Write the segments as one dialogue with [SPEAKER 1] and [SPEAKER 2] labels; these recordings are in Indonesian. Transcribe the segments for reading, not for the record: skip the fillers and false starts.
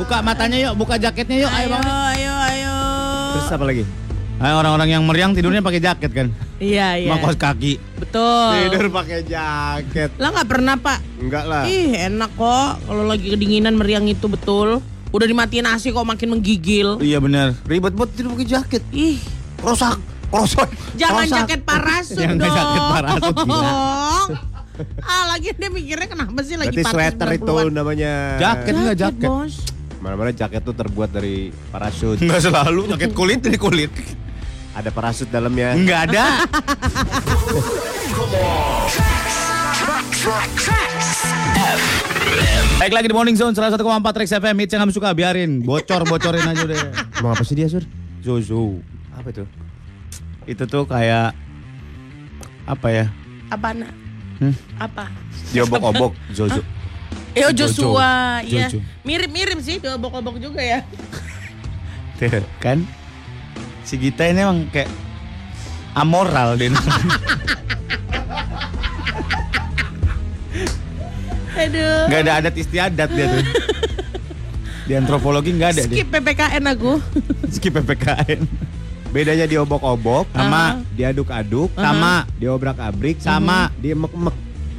[SPEAKER 1] buka matanya yuk, buka jaketnya yuk.
[SPEAKER 2] Ayo.
[SPEAKER 3] Terus apa lagi?
[SPEAKER 1] Ayo, orang-orang yang meriang tidurnya pakai jaket kan?
[SPEAKER 2] Iya.
[SPEAKER 1] Makos kaki.
[SPEAKER 2] Betul.
[SPEAKER 3] Tidur pakai jaket.
[SPEAKER 2] Lah nggak pernah Pak?
[SPEAKER 3] Enggak lah.
[SPEAKER 2] Ih enak kok kalau lagi kedinginan meriang itu betul. Udah dimatiin AC kok makin menggigil.
[SPEAKER 1] Iya benar.
[SPEAKER 3] Ribet banget tidur pakai jaket.
[SPEAKER 2] Ih.
[SPEAKER 3] Krosok.
[SPEAKER 2] Jangan jaket parasut
[SPEAKER 1] Jangan
[SPEAKER 2] dong.
[SPEAKER 1] jaket parasut, gila.
[SPEAKER 2] Lagi dia mikirnya kenapa sih lagi
[SPEAKER 3] Berarti
[SPEAKER 2] party
[SPEAKER 3] sweater itu
[SPEAKER 2] 90-an.
[SPEAKER 3] namanya.
[SPEAKER 1] Jaket enggak jaket.
[SPEAKER 2] Bos.
[SPEAKER 3] Mana-mana jaket tuh terbuat dari parasut.
[SPEAKER 1] Enggak selalu jaket kulit dari kulit.
[SPEAKER 3] Ada parasut dalamnya.
[SPEAKER 1] Enggak ada. Baik lagi di Morning Zone 101,4 Trax FM. Hits yang kamu suka biarin. Bocorin aja deh.
[SPEAKER 3] Mau apa sih dia, Sur?
[SPEAKER 1] Zozo.
[SPEAKER 3] Apa itu?
[SPEAKER 1] Itu tuh kayak apa ya?
[SPEAKER 2] Apa nak? Apa?
[SPEAKER 3] Diobok-obok Zozo.
[SPEAKER 2] Joshua, iya.
[SPEAKER 1] Jojo.
[SPEAKER 2] Mirip-mirip sih, diobok-obok juga ya.
[SPEAKER 1] Tuh, kan? Si Gita ini emang kayak amoral deh.
[SPEAKER 2] Aduh.
[SPEAKER 1] Gak ada adat istiadat dia tuh. Di antropologi gak ada
[SPEAKER 2] Skip PPKN aku.
[SPEAKER 1] dia. Skip PPKN.
[SPEAKER 3] Bedanya diobok-obok
[SPEAKER 1] Sama
[SPEAKER 3] diaduk-aduk,
[SPEAKER 1] sama
[SPEAKER 3] diobrak-abrik, sama diemek-emek.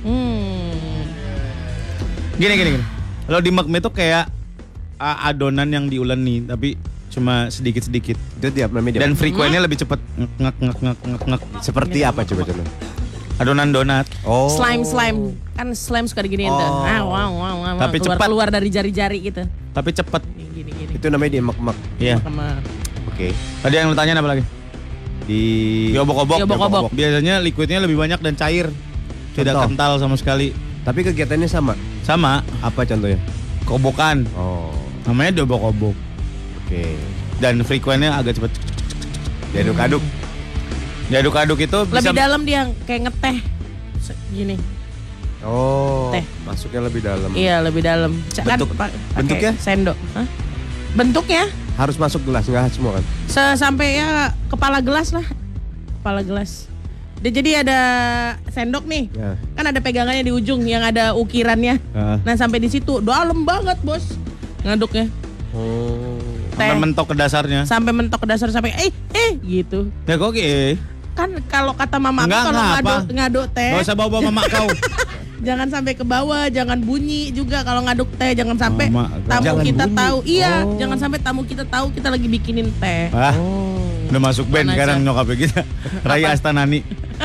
[SPEAKER 1] Gini. Kalau di makme itu kayak adonan yang diuleni tapi cuma sedikit-sedikit.
[SPEAKER 3] Itu tiap namanya
[SPEAKER 1] Dan frekuensinya lebih cepat. Ngek.
[SPEAKER 3] seperti apa coba contoh?
[SPEAKER 1] Adonan donat.
[SPEAKER 3] Oh.
[SPEAKER 2] Slime. Kan slime suka diginiin tuh. Wow.
[SPEAKER 1] Tapi cepat.
[SPEAKER 2] Keluar dari jari-jari gitu.
[SPEAKER 1] Tapi cepet.
[SPEAKER 2] Gini.
[SPEAKER 3] Itu namanya diemek-emek.
[SPEAKER 1] Iya.
[SPEAKER 2] Sama
[SPEAKER 3] Oke.
[SPEAKER 1] Tadi yang lu tanyain apa lagi? Diobok-obok.
[SPEAKER 2] Diobok-obok.
[SPEAKER 1] Biasanya liquidnya lebih banyak dan cair. Tidak
[SPEAKER 3] Contoh.
[SPEAKER 1] kental sama sekali.
[SPEAKER 3] Tapi kegiatannya sama.
[SPEAKER 1] Sama.
[SPEAKER 3] Apa contohnya?
[SPEAKER 1] Kobokan.
[SPEAKER 3] Oh.
[SPEAKER 1] Namanya diobok-obok.
[SPEAKER 3] Oke.
[SPEAKER 1] Dan frekuensinya agak cepet.
[SPEAKER 3] Diaduk-aduk.
[SPEAKER 1] Diaduk-aduk itu bisa.
[SPEAKER 2] lebih dalam dia kayak ngeteh. Gini.
[SPEAKER 3] Oh.
[SPEAKER 2] Teh.
[SPEAKER 3] Masuknya lebih dalam.
[SPEAKER 2] Iya, lebih dalam.
[SPEAKER 3] Bentuknya?
[SPEAKER 2] Sendok. Hah? Bentuknya
[SPEAKER 3] Harus masuk gelas, enggak semua kan?
[SPEAKER 2] sampai ya kepala gelas lah. Kepala gelas. Jadi ada sendok nih.
[SPEAKER 3] Ya.
[SPEAKER 2] Kan ada pegangannya di ujung yang ada ukirannya. Nah, sampai di situ dalam banget, Bos. Ngaduknya.
[SPEAKER 3] Oh.
[SPEAKER 1] Sampai mentok ke dasarnya.
[SPEAKER 2] Sampai mentok ke dasar sampai gitu.
[SPEAKER 1] Ya kok
[SPEAKER 2] Kan kalau kata mama aku
[SPEAKER 1] Enggak,
[SPEAKER 2] kalau
[SPEAKER 1] apa.
[SPEAKER 2] ngaduk teh
[SPEAKER 1] Gak usah bawa mama kau.
[SPEAKER 2] jangan sampai ke bawah, jangan bunyi juga kalau ngaduk teh, jangan sampai
[SPEAKER 1] Mama,
[SPEAKER 2] tamu
[SPEAKER 3] jangan
[SPEAKER 2] kita
[SPEAKER 3] bunyi.
[SPEAKER 2] tahu. Iya,
[SPEAKER 3] Oh.
[SPEAKER 2] jangan sampai tamu kita tahu kita lagi bikinin teh.
[SPEAKER 1] Ah,
[SPEAKER 3] Oh.
[SPEAKER 1] udah masuk band
[SPEAKER 2] Mana
[SPEAKER 1] sekarang
[SPEAKER 2] aja.
[SPEAKER 1] nyokapnya kita. Raya Astanani.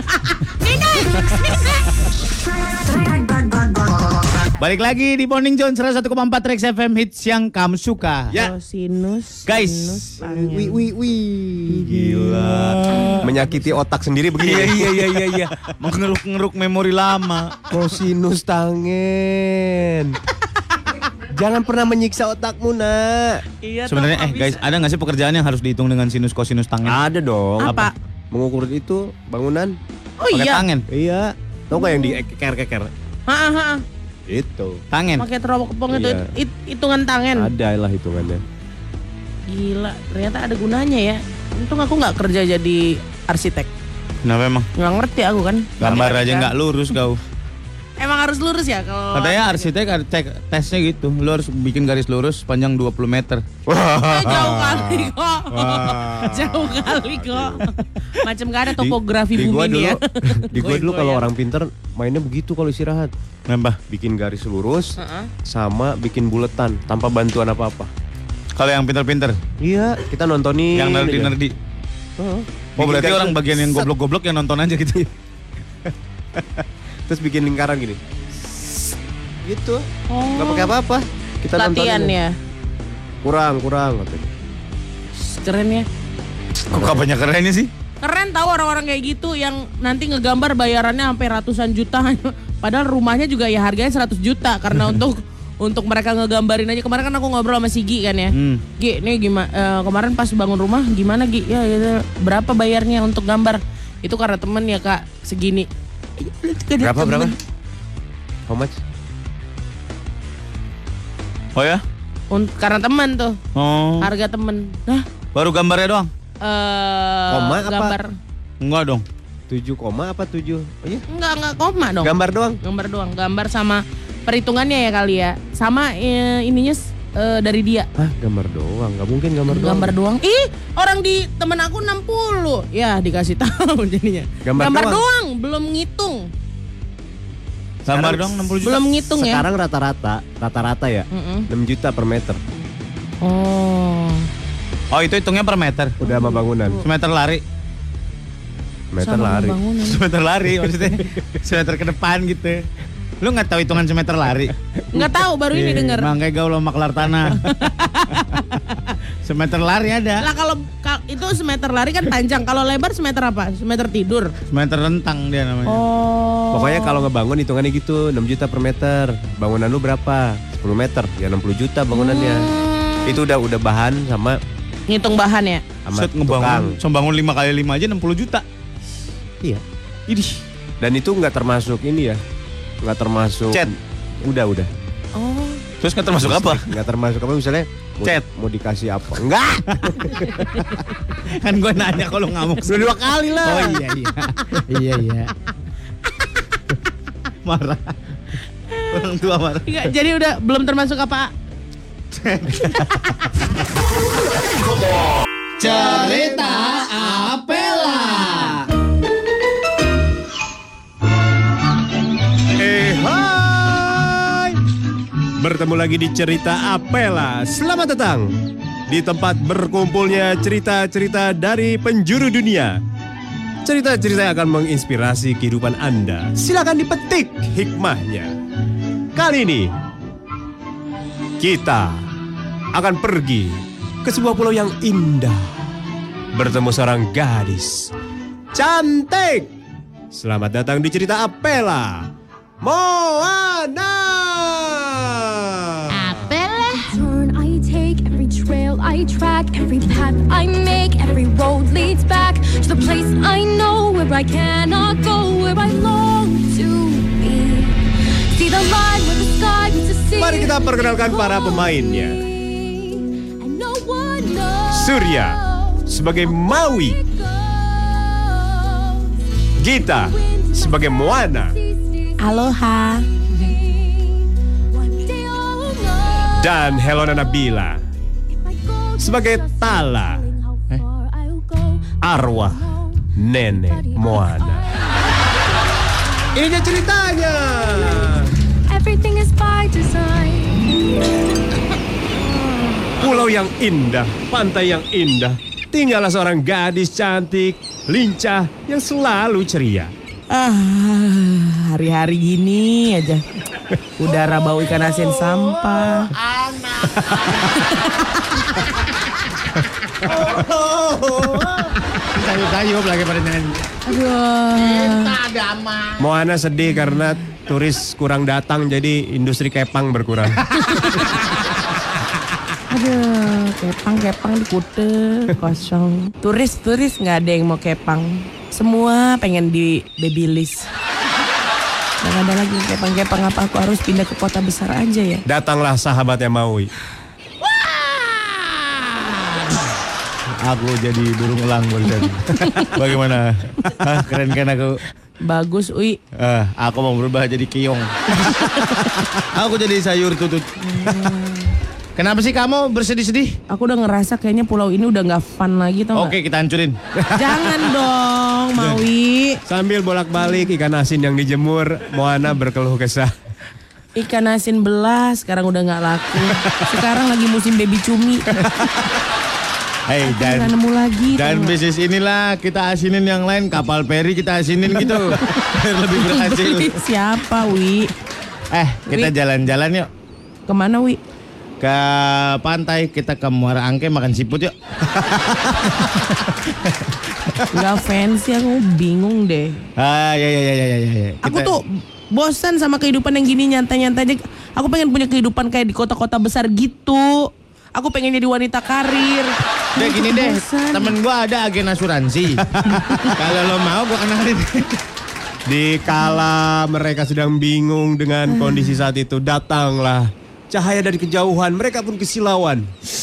[SPEAKER 1] Balik lagi di Morning Zone 101,4 Trax FM. Hits yang kamu suka.
[SPEAKER 3] Ya.
[SPEAKER 2] Sinus.
[SPEAKER 1] Guys.
[SPEAKER 2] sinus, angin.
[SPEAKER 3] Wih.
[SPEAKER 1] Gila.
[SPEAKER 3] Menyakiti otak sendiri begini.
[SPEAKER 1] Iya. Mengeruk-ngeruk memori lama.
[SPEAKER 3] Kosinus tangen. Jangan pernah menyiksa otakmu, Nak.
[SPEAKER 2] Iya,
[SPEAKER 1] Sebenarnya
[SPEAKER 2] toh,
[SPEAKER 1] guys,
[SPEAKER 2] bisa.
[SPEAKER 1] ada nggak sih pekerjaan yang harus dihitung dengan sinus kosinus tangen?
[SPEAKER 3] Ada dong.
[SPEAKER 2] Apa?
[SPEAKER 3] Mengukur itu bangunan.
[SPEAKER 2] Oh
[SPEAKER 1] Pakai
[SPEAKER 2] iya.
[SPEAKER 1] tangen.
[SPEAKER 3] Iya. Tahu nggak yang dikeker-keker?
[SPEAKER 2] Ha.
[SPEAKER 3] Itu.
[SPEAKER 1] Tangen.
[SPEAKER 2] Pakai terowok kepong itu
[SPEAKER 3] Iya.
[SPEAKER 2] hitungan tangan.
[SPEAKER 3] Ada lah hitungannya.
[SPEAKER 2] Gila, ternyata ada gunanya ya. Untung aku nggak kerja jadi arsitek.
[SPEAKER 1] Kenapa emang?
[SPEAKER 2] Nggak ngerti aku kan.
[SPEAKER 1] Gambar aja nggak lurus kau.
[SPEAKER 2] Emang harus lurus ya kalau.
[SPEAKER 1] Katanya arsitek ada tesnya gitu. Lu harus bikin garis lurus panjang 20 meter.
[SPEAKER 2] Jauh kali kok. Jauh kali kok. Macam gak ada topografi
[SPEAKER 3] Di
[SPEAKER 2] bumi
[SPEAKER 3] gua
[SPEAKER 2] nih
[SPEAKER 3] dulu,
[SPEAKER 2] ya.
[SPEAKER 3] di gua dulu kalau
[SPEAKER 2] Goyang-goyang.
[SPEAKER 3] orang pinter mainnya begitu kalau istirahat.
[SPEAKER 1] Nambah.
[SPEAKER 3] Bikin garis lurus
[SPEAKER 2] Heeh.
[SPEAKER 3] sama bikin buletan tanpa bantuan apa-apa.
[SPEAKER 1] Kalau yang pinter-pinter,
[SPEAKER 3] Iya, kita nontonin.
[SPEAKER 1] yang
[SPEAKER 3] aja.
[SPEAKER 1] nerdi-nerdi.
[SPEAKER 3] Heeh.
[SPEAKER 1] Oh
[SPEAKER 3] Bikin
[SPEAKER 1] berarti
[SPEAKER 3] garis
[SPEAKER 1] orang
[SPEAKER 3] lurus.
[SPEAKER 1] bagian yang
[SPEAKER 3] Set.
[SPEAKER 1] goblok-goblok yang nonton aja gitu.
[SPEAKER 3] Terus bikin lingkaran gini. Gitu.
[SPEAKER 2] Oh.
[SPEAKER 3] Nggak pakai apa-apa. Kita
[SPEAKER 2] Latihan
[SPEAKER 3] nontonin.
[SPEAKER 2] ya.
[SPEAKER 3] Kurang katanya.
[SPEAKER 2] Keren ya.
[SPEAKER 1] Kok gak banyak kerennya sih?
[SPEAKER 2] Keren tahu orang-orang kayak gitu yang nanti ngegambar bayarannya sampai ratusan juta. Padahal rumahnya juga ya harganya 100 juta karena untuk mereka ngegambarin aja. Kemarin kan aku ngobrol sama si Gi kan ya. Gi, nih gimana kemarin pas bangun rumah gimana Gi? Ya gitu, berapa bayarnya untuk gambar? Itu karena temen ya Kak, segini.
[SPEAKER 3] Berapa? How much?
[SPEAKER 1] Oh ya?
[SPEAKER 2] Karena temen tuh,
[SPEAKER 1] Oh.
[SPEAKER 2] harga temen. Nah,
[SPEAKER 1] Baru gambarnya doang?
[SPEAKER 3] Koma apa?
[SPEAKER 2] gambar.
[SPEAKER 1] Enggak dong.
[SPEAKER 3] 7 koma apa 7? Oh iya.
[SPEAKER 2] Enggak koma dong.
[SPEAKER 3] Gambar doang.
[SPEAKER 2] Gambar doang, gambar sama perhitungannya ya kali ya. Sama ininya dari dia.
[SPEAKER 3] Hah, gambar doang? Gak mungkin gambar doang.
[SPEAKER 2] Gambar doang. Ih, orang di temen aku 60. Ya, dikasih tahu jadinya.
[SPEAKER 3] Gambar
[SPEAKER 2] doang, belum ngitung.
[SPEAKER 1] Gambar dong 60 juta.
[SPEAKER 2] Belum ngitung ya.
[SPEAKER 3] Sekarang rata-rata ya. 6 juta per meter.
[SPEAKER 2] Oh.
[SPEAKER 1] Oh, itu hitungnya per meter.
[SPEAKER 3] Udah sama bangunan.
[SPEAKER 1] Semeter lari.
[SPEAKER 3] Meter
[SPEAKER 2] Sama
[SPEAKER 3] lari.
[SPEAKER 2] bangunan.
[SPEAKER 1] Semeter lari maksudnya. Semeter ke depan gitu. Lu nggak tahu hitungan semeter lari?
[SPEAKER 2] Nggak tahu, baru ini denger.
[SPEAKER 1] Makanya gaul sama maklar tanah. Semeter lari ada.
[SPEAKER 2] Lah kalau itu semeter lari kan panjang. Kalau lebar semeter apa? Semeter tidur.
[SPEAKER 1] Semeter rentang dia namanya.
[SPEAKER 2] Oh.
[SPEAKER 3] Pokoknya kalau ngebangun hitungannya gitu, 6 juta per meter. Bangunan lu berapa? 10 meter. Ya 60 juta bangunannya. Itu udah bahan sama
[SPEAKER 2] Ngitung bahan ya.
[SPEAKER 1] Set ngebangun, bangun 5 kali 5 aja 60 juta.
[SPEAKER 3] Iya.
[SPEAKER 1] Idih.
[SPEAKER 3] Dan itu nggak termasuk ini ya. Nggak termasuk
[SPEAKER 1] Cat.
[SPEAKER 3] Udah.
[SPEAKER 2] Oh.
[SPEAKER 1] Terus nggak termasuk apa?
[SPEAKER 3] Nggak termasuk apa misalnya
[SPEAKER 1] Cat.
[SPEAKER 3] Mau dikasih apa? Enggak.
[SPEAKER 1] Kan gue nanya kalau ngamuk.
[SPEAKER 3] Sudah 2 kali lah.
[SPEAKER 1] Oh iya. Marah. Orang tua marah.
[SPEAKER 2] Enggak, jadi udah belum termasuk apa?
[SPEAKER 1] Cerita Apela.
[SPEAKER 3] Hai. Bertemu lagi di Cerita Apela. Selamat datang di tempat berkumpulnya cerita-cerita dari penjuru dunia. Cerita-cerita yang akan menginspirasi kehidupan Anda. Silakan dipetik hikmahnya. Kali ini kita akan pergi ke sebuah pulau yang indah. Bertemu seorang gadis cantik. Selamat datang di Cerita Apela. Moana.
[SPEAKER 4] Turn I take, every trail I track, every path I make, every road leads back to the place I know where I cannot go, where I long to be. See the line where the sky meets the sea.
[SPEAKER 3] Mari kita perkenalkan para pemainnya.
[SPEAKER 4] And no one knows
[SPEAKER 3] Surya sebagai Maui, Gita sebagai Moana,
[SPEAKER 2] Aloha.
[SPEAKER 3] dan Helona Nabila sebagai Tala, arwah nenek Moana. Ini dia ceritanya.
[SPEAKER 4] Everything is by design.
[SPEAKER 3] Pulau yang indah, pantai yang indah, tinggallah seorang gadis cantik, lincah yang selalu ceria.
[SPEAKER 2] Hari-hari gini aja. Udara bau ikan asin sampah.
[SPEAKER 1] Sayup-sayup lagi pada nyanyi.
[SPEAKER 3] Moana sedih karena turis kurang datang, jadi industri kepang berkurang.
[SPEAKER 2] Aduh, kepang di Kute kosong. Turis nggak ada yang mau kepang. Semua pengen di Babyliss. Gak ada lagi kepang-kepang, apa aku harus pindah ke kota besar aja ya?
[SPEAKER 3] Datanglah sahabatnya Maui.
[SPEAKER 1] Aku jadi burung elang barusan. Bagaimana? Hah, keren kan aku?
[SPEAKER 2] Bagus, Ui.
[SPEAKER 1] Aku mau berubah jadi keong. Aku jadi sayur tutut. Kenapa sih kamu bersedih-sedih?
[SPEAKER 2] Aku udah ngerasa kayaknya pulau ini udah nggak fun lagi, tau nggak?
[SPEAKER 1] Oke, kita hancurin.
[SPEAKER 2] Jangan dong, Maui.
[SPEAKER 3] Sambil bolak-balik ikan asin yang dijemur, Moana berkeluh kesah.
[SPEAKER 2] Ikan asin belas sekarang udah nggak laku. Sekarang lagi musim baby cumi.
[SPEAKER 1] Hei,
[SPEAKER 2] Nggak nemu lagi.
[SPEAKER 1] dan
[SPEAKER 2] tau nggak?
[SPEAKER 1] bisnis inilah kita asinin yang lain, kapal peri kita asinin gitu. Biar lebih berhasil.
[SPEAKER 2] Beli siapa, Wi?
[SPEAKER 1] Kita
[SPEAKER 2] Wi.
[SPEAKER 1] jalan-jalan yuk.
[SPEAKER 2] Kemana, Wi?
[SPEAKER 1] Ke pantai, kita ke Muara Angke makan siput yuk.
[SPEAKER 2] Nggak fancy, aku bingung deh.
[SPEAKER 1] Ya.
[SPEAKER 2] Aku tuh bosan sama kehidupan yang gini nyantai-nyantai aja. Aku pengen punya kehidupan kayak di kota-kota besar gitu. Aku pengen jadi wanita karir.
[SPEAKER 1] Udah gini deh,
[SPEAKER 2] Bosan.
[SPEAKER 1] temen gua ada agen asuransi. Kalau lo mau gua kenalin.
[SPEAKER 3] Di kala mereka sedang bingung dengan kondisi saat itu, datanglah cahaya dari kejauhan, mereka pun kesilauan.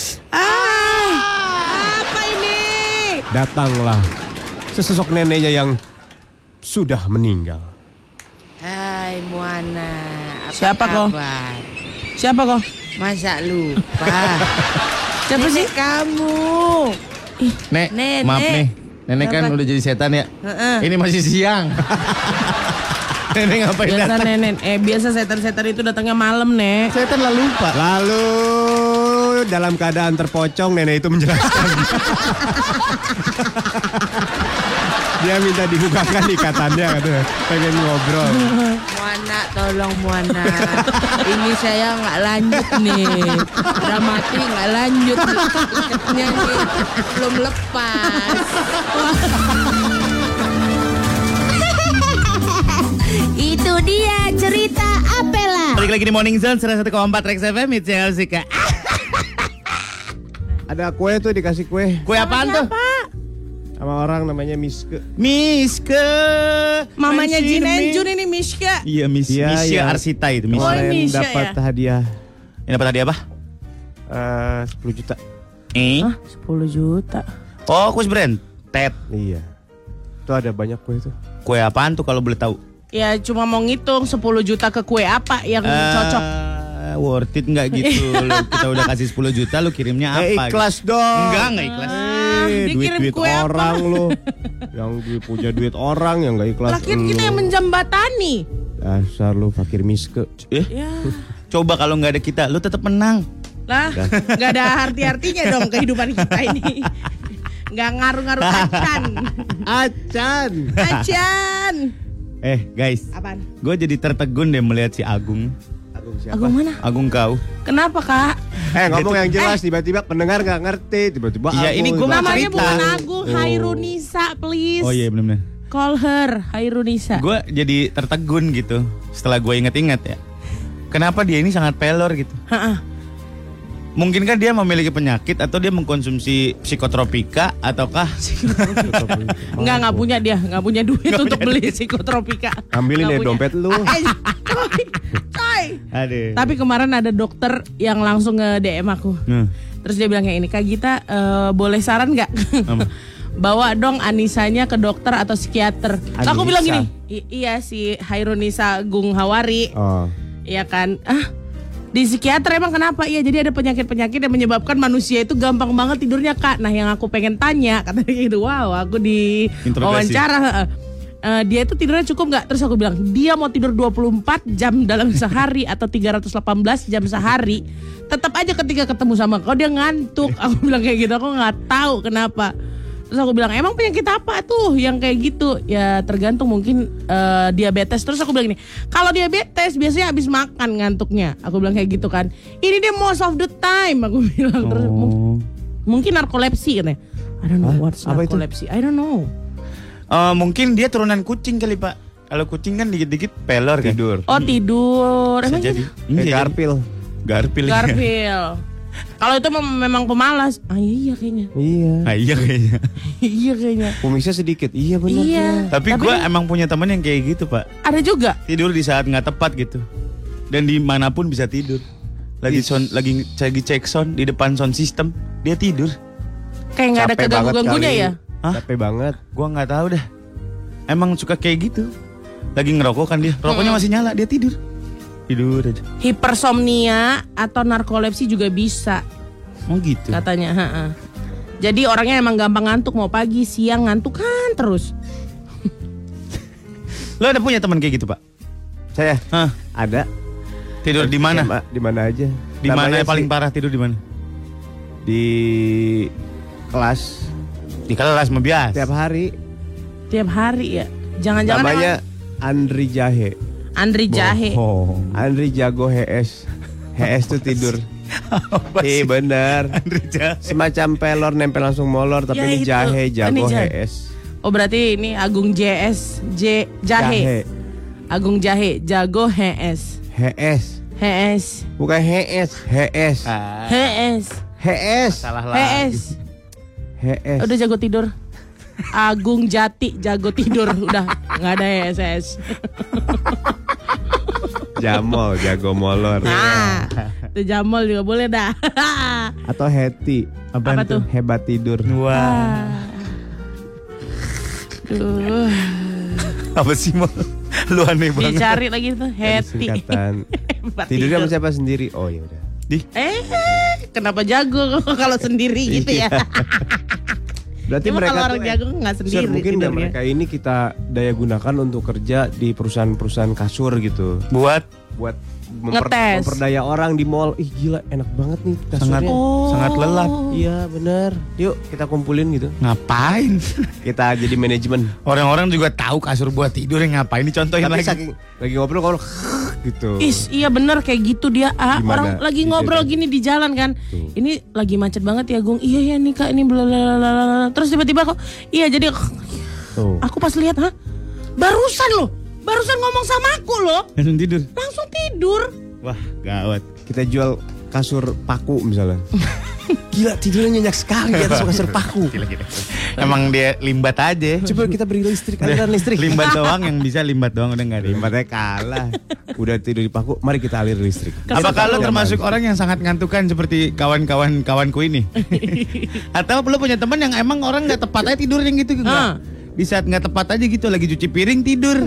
[SPEAKER 2] Apa ini?
[SPEAKER 3] Datanglah sesosok neneknya yang sudah meninggal.
[SPEAKER 5] Hai Moana, apa
[SPEAKER 2] Siapa kau?
[SPEAKER 5] kabar?
[SPEAKER 2] Siapa kok?
[SPEAKER 5] Masa lupa?
[SPEAKER 2] Siapa sih?
[SPEAKER 5] Kamu.
[SPEAKER 1] Nek,
[SPEAKER 5] Nenek.
[SPEAKER 1] maaf nih. Nenek kan
[SPEAKER 5] Apa?
[SPEAKER 1] udah jadi setan ya. Ini masih siang. Nenek ngapain
[SPEAKER 2] Biasa
[SPEAKER 1] datang?
[SPEAKER 2] nenek. Biasa setan-setan itu datangnya malam, Nek.
[SPEAKER 1] Setan lah lupa.
[SPEAKER 3] Lalu dalam keadaan terpocong nenek itu menjelaskan. Dia minta dibukakan ikatannya katanya. Pengen ngobrol.
[SPEAKER 5] Muana, tolong Muana. Ini saya nggak lanjut nih. Udah mati nggak lanjut. Ikatnya nih belum lepas.
[SPEAKER 6] Itu dia cerita Apela.
[SPEAKER 1] Balik lagi di Morning Zone 101,4 Rex FM. It's yang Sika.
[SPEAKER 3] Ada kue tuh, dikasih kue
[SPEAKER 1] Kue apaan tuh?
[SPEAKER 3] sama orang namanya Miske.
[SPEAKER 1] Miske.
[SPEAKER 2] Mamanya Jin
[SPEAKER 1] Mention me.
[SPEAKER 2] Enjun ini Mishka.
[SPEAKER 1] Iya,
[SPEAKER 3] Iya,
[SPEAKER 1] Misya
[SPEAKER 3] iya.
[SPEAKER 1] Arsita itu. Misya.
[SPEAKER 3] Kemarin
[SPEAKER 2] Misha
[SPEAKER 3] dapat
[SPEAKER 2] ya?
[SPEAKER 3] hadiah
[SPEAKER 1] Ini dapat hadiah apa?
[SPEAKER 3] 10 juta.
[SPEAKER 2] Hah? 10 juta.
[SPEAKER 1] Oh, kue brand. Ted.
[SPEAKER 3] Iya. Itu ada banyak kue tuh.
[SPEAKER 1] Kue apaan tuh kalau boleh tahu?
[SPEAKER 2] Ya cuma mau ngitung 10 juta ke kue apa yang cocok.
[SPEAKER 1] Worth it nggak gitu? Kita udah kasih 10 juta, lu kirimnya apa?
[SPEAKER 3] Ikhlas dong.
[SPEAKER 1] Enggak ikhlas.
[SPEAKER 2] Dikirim
[SPEAKER 3] Duit-duit
[SPEAKER 2] kue apa?
[SPEAKER 3] orang lu. Yang punya duit orang yang gak ikhlas.
[SPEAKER 2] Lakin kita yang menjembatani.
[SPEAKER 3] Dasar lu fakir Miske.
[SPEAKER 2] Ya.
[SPEAKER 1] Coba kalau nggak ada kita, lu tetap menang.
[SPEAKER 2] Lah, nggak ada arti-artinya dong kehidupan kita ini. Nggak ngaruh-ngaruh acan.
[SPEAKER 3] Acan.
[SPEAKER 2] Acan.
[SPEAKER 1] Guys,
[SPEAKER 2] Apaan?
[SPEAKER 1] gue jadi tertegun deh melihat si Agung.
[SPEAKER 3] Agung siapa?
[SPEAKER 2] Agung mana?
[SPEAKER 1] Agung kau.
[SPEAKER 2] Kenapa, Kak?
[SPEAKER 3] Ngomong yang jelas, tiba-tiba pendengar gak ngerti, tiba-tiba
[SPEAKER 1] Iya, ini gua mau
[SPEAKER 2] Namanya
[SPEAKER 1] cerita.
[SPEAKER 2] bukan Agung, Hairunisa, please.
[SPEAKER 1] Oh iya benar-benar.
[SPEAKER 2] Call her, Hairunisa.
[SPEAKER 1] Gue jadi tertegun gitu setelah gue inget-inget ya. Kenapa dia ini sangat pelor gitu?
[SPEAKER 2] Ha-ha.
[SPEAKER 1] Mungkin kan dia memiliki penyakit atau dia mengkonsumsi psikotropika ataukah
[SPEAKER 2] Nggak punya dia, nggak punya duit untuk beli psikotropika.
[SPEAKER 3] Ambilin
[SPEAKER 2] Nggak
[SPEAKER 3] deh
[SPEAKER 2] punya.
[SPEAKER 3] dompet lu.
[SPEAKER 2] Coy.
[SPEAKER 1] Aduh.
[SPEAKER 2] Tapi kemarin ada dokter yang langsung nge-DM aku. Terus dia bilang kayak ini, Kak Gita boleh saran nggak? Bawa dong Anisanya ke dokter atau psikiater. Lah aku bilang gini, iya si Hairunisa Gung Hawari.
[SPEAKER 3] Oh.
[SPEAKER 2] Iya kan? Di psikiater emang kenapa? Iya jadi ada penyakit-penyakit yang menyebabkan manusia itu gampang banget tidurnya, Kak. Nah yang aku pengen tanya, katanya gitu, wow aku di
[SPEAKER 1] Interogasi.
[SPEAKER 2] wawancara. Dia itu tidurnya cukup nggak? Terus aku bilang, dia mau tidur 24 jam dalam sehari atau 318 jam sehari. Tetap aja ketika ketemu sama kau dia ngantuk. Aku bilang kayak gitu, aku nggak tahu kenapa. Terus aku bilang, emang penyakit apa tuh yang kayak gitu? Ya tergantung, mungkin diabetes. Terus aku bilang gini, kalau diabetes biasanya habis makan ngantuknya. Aku bilang kayak gitu kan. Ini dia most of the time, aku bilang. Terus mungkin narkolepsi katanya. I don't know what's
[SPEAKER 3] Apa itu?
[SPEAKER 2] narkolepsi. I don't know.
[SPEAKER 1] Mungkin dia turunan kucing kali Pak. Kalau kucing kan dikit-dikit pelor kan.
[SPEAKER 3] Tidur.
[SPEAKER 2] Oh tidur.
[SPEAKER 1] Bisa
[SPEAKER 2] Emang
[SPEAKER 1] jadi.
[SPEAKER 2] gitu?
[SPEAKER 3] Garpil.
[SPEAKER 1] Garpil.
[SPEAKER 2] Garfield. Kalau itu memang pemalas. Iya kayaknya.
[SPEAKER 3] Iya.
[SPEAKER 1] Ah, iya kayaknya.
[SPEAKER 2] Iya kayaknya.
[SPEAKER 3] Kumisnya sedikit. Iya benar.
[SPEAKER 2] Iya.
[SPEAKER 1] Tapi gue emang punya teman yang kayak gitu Pak.
[SPEAKER 2] Ada juga.
[SPEAKER 1] Tidur di saat nggak tepat gitu. Dan dimanapun bisa tidur. Lagi cek sound di depan sound system, dia tidur.
[SPEAKER 2] Kayak nggak ada
[SPEAKER 3] Capek banget
[SPEAKER 2] keganggu-ganggunya
[SPEAKER 3] kali.
[SPEAKER 2] ya.
[SPEAKER 1] Hah?
[SPEAKER 3] Capek banget.
[SPEAKER 1] Gua nggak tahu dah. Emang suka kayak gitu. Lagi ngerokok kan dia, rokoknya masih nyala, dia tidur. Tidur aja.
[SPEAKER 2] Hipersomnia atau narkolepsi juga bisa
[SPEAKER 1] Oh gitu.
[SPEAKER 2] katanya. Jadi orangnya emang gampang ngantuk, mau pagi siang ngantuk kan terus.
[SPEAKER 1] Lo ada punya teman kayak gitu Pak?
[SPEAKER 3] Saya
[SPEAKER 1] Hah?
[SPEAKER 3] ada.
[SPEAKER 1] Tidur di mana?
[SPEAKER 3] Di mana aja.
[SPEAKER 1] Di mana
[SPEAKER 3] Namanya
[SPEAKER 1] yang paling
[SPEAKER 3] sih
[SPEAKER 1] parah tidur di mana?
[SPEAKER 3] Di kelas
[SPEAKER 1] Di kelas mah biasa.
[SPEAKER 3] tiap hari.
[SPEAKER 2] Tiap hari ya. Jangan-jangan
[SPEAKER 3] Namanya Andri Jahe.
[SPEAKER 2] emang Andri Jahe.
[SPEAKER 1] Oh.
[SPEAKER 3] Andri jago HS. HS tuh tidur. Iya bener.
[SPEAKER 1] Andri Jahe.
[SPEAKER 3] Semacam pelor nempel langsung molor, tapi
[SPEAKER 2] Ya,
[SPEAKER 3] ini
[SPEAKER 2] itu.
[SPEAKER 3] jahe
[SPEAKER 2] Ini
[SPEAKER 3] jago
[SPEAKER 2] jahe.
[SPEAKER 3] HS.
[SPEAKER 2] Oh berarti ini Agung Jahe. Agung Jahe, jago HS.
[SPEAKER 3] HS.
[SPEAKER 2] HS.
[SPEAKER 3] Bukan HS, HS.
[SPEAKER 2] HS.
[SPEAKER 3] HS.
[SPEAKER 1] Salah lagi.
[SPEAKER 2] HS.
[SPEAKER 3] HS.
[SPEAKER 2] Udah jago tidur. Agung Jati jago tidur. Udah nggak ada SS.
[SPEAKER 3] Jamol jago molor.
[SPEAKER 2] Nah, itu Jamol juga boleh dah.
[SPEAKER 3] Atau Heti.
[SPEAKER 2] Apa tuh?
[SPEAKER 3] Hebat tidur.
[SPEAKER 1] Wah.
[SPEAKER 2] Duh,
[SPEAKER 1] Apa sih mau? Lu aneh banget.
[SPEAKER 2] dicari lagi tuh Heti.
[SPEAKER 3] Singkatan.
[SPEAKER 2] Hebat
[SPEAKER 3] Tidurnya sama
[SPEAKER 2] tidur.
[SPEAKER 3] siapa sendiri? Oh ya udah.
[SPEAKER 2] Kenapa jago kalau sendiri gitu ya?
[SPEAKER 3] Berarti
[SPEAKER 2] Cuma
[SPEAKER 3] mereka
[SPEAKER 2] kalau orang
[SPEAKER 3] tuh,
[SPEAKER 2] jago nggak sendiri.
[SPEAKER 3] mungkin
[SPEAKER 2] tidurnya.
[SPEAKER 3] mereka ini kita daya gunakan untuk kerja di perusahaan-perusahaan kasur gitu.
[SPEAKER 1] Buat
[SPEAKER 2] Ngetes.
[SPEAKER 3] Memperdaya orang di mall. Ih gila enak banget nih kasurnya.
[SPEAKER 1] sangat lelap.
[SPEAKER 3] Iya bener. Yuk kita kumpulin gitu.
[SPEAKER 1] Ngapain?
[SPEAKER 3] Kita jadi manajemen.
[SPEAKER 1] Orang-orang juga tahu kasur buat tidur, yang ngapain dicontohin
[SPEAKER 3] Tapi
[SPEAKER 1] lagi.
[SPEAKER 3] saking lagi ngobrol gitu.
[SPEAKER 2] Iya bener kayak gitu dia.
[SPEAKER 3] Gimana?
[SPEAKER 2] Orang lagi ngobrol gini di jalan kan. Ini lagi macet banget ya Gung. Iya ya nih Kak ini blablabla. Terus tiba-tiba kok jadi
[SPEAKER 3] Tuh.
[SPEAKER 2] aku pas lihat Barusan ngomong sama aku loh.
[SPEAKER 1] Langsung tidur.
[SPEAKER 2] Langsung tidur.
[SPEAKER 1] Wah, gawat.
[SPEAKER 3] Kita jual kasur paku misalnya. Gila tidurnya nyenyak sekali di atas kasur paku.
[SPEAKER 1] Gila. Emang dia limbat aja.
[SPEAKER 3] Coba kita beri listrik, aliran listrik.
[SPEAKER 1] Limbat doang yang bisa, limbat doang udah enggak ada.
[SPEAKER 3] Limbatnya kalah. Udah tidur di paku, mari kita alir listrik.
[SPEAKER 1] Apakah lo termasuk orang yang sangat ngantukan seperti kawan-kawanku ini? Atau lo punya teman yang emang orang nggak tepat aja tidurnya gitu? Di saat nggak tepat aja gitu, lagi cuci piring tidur.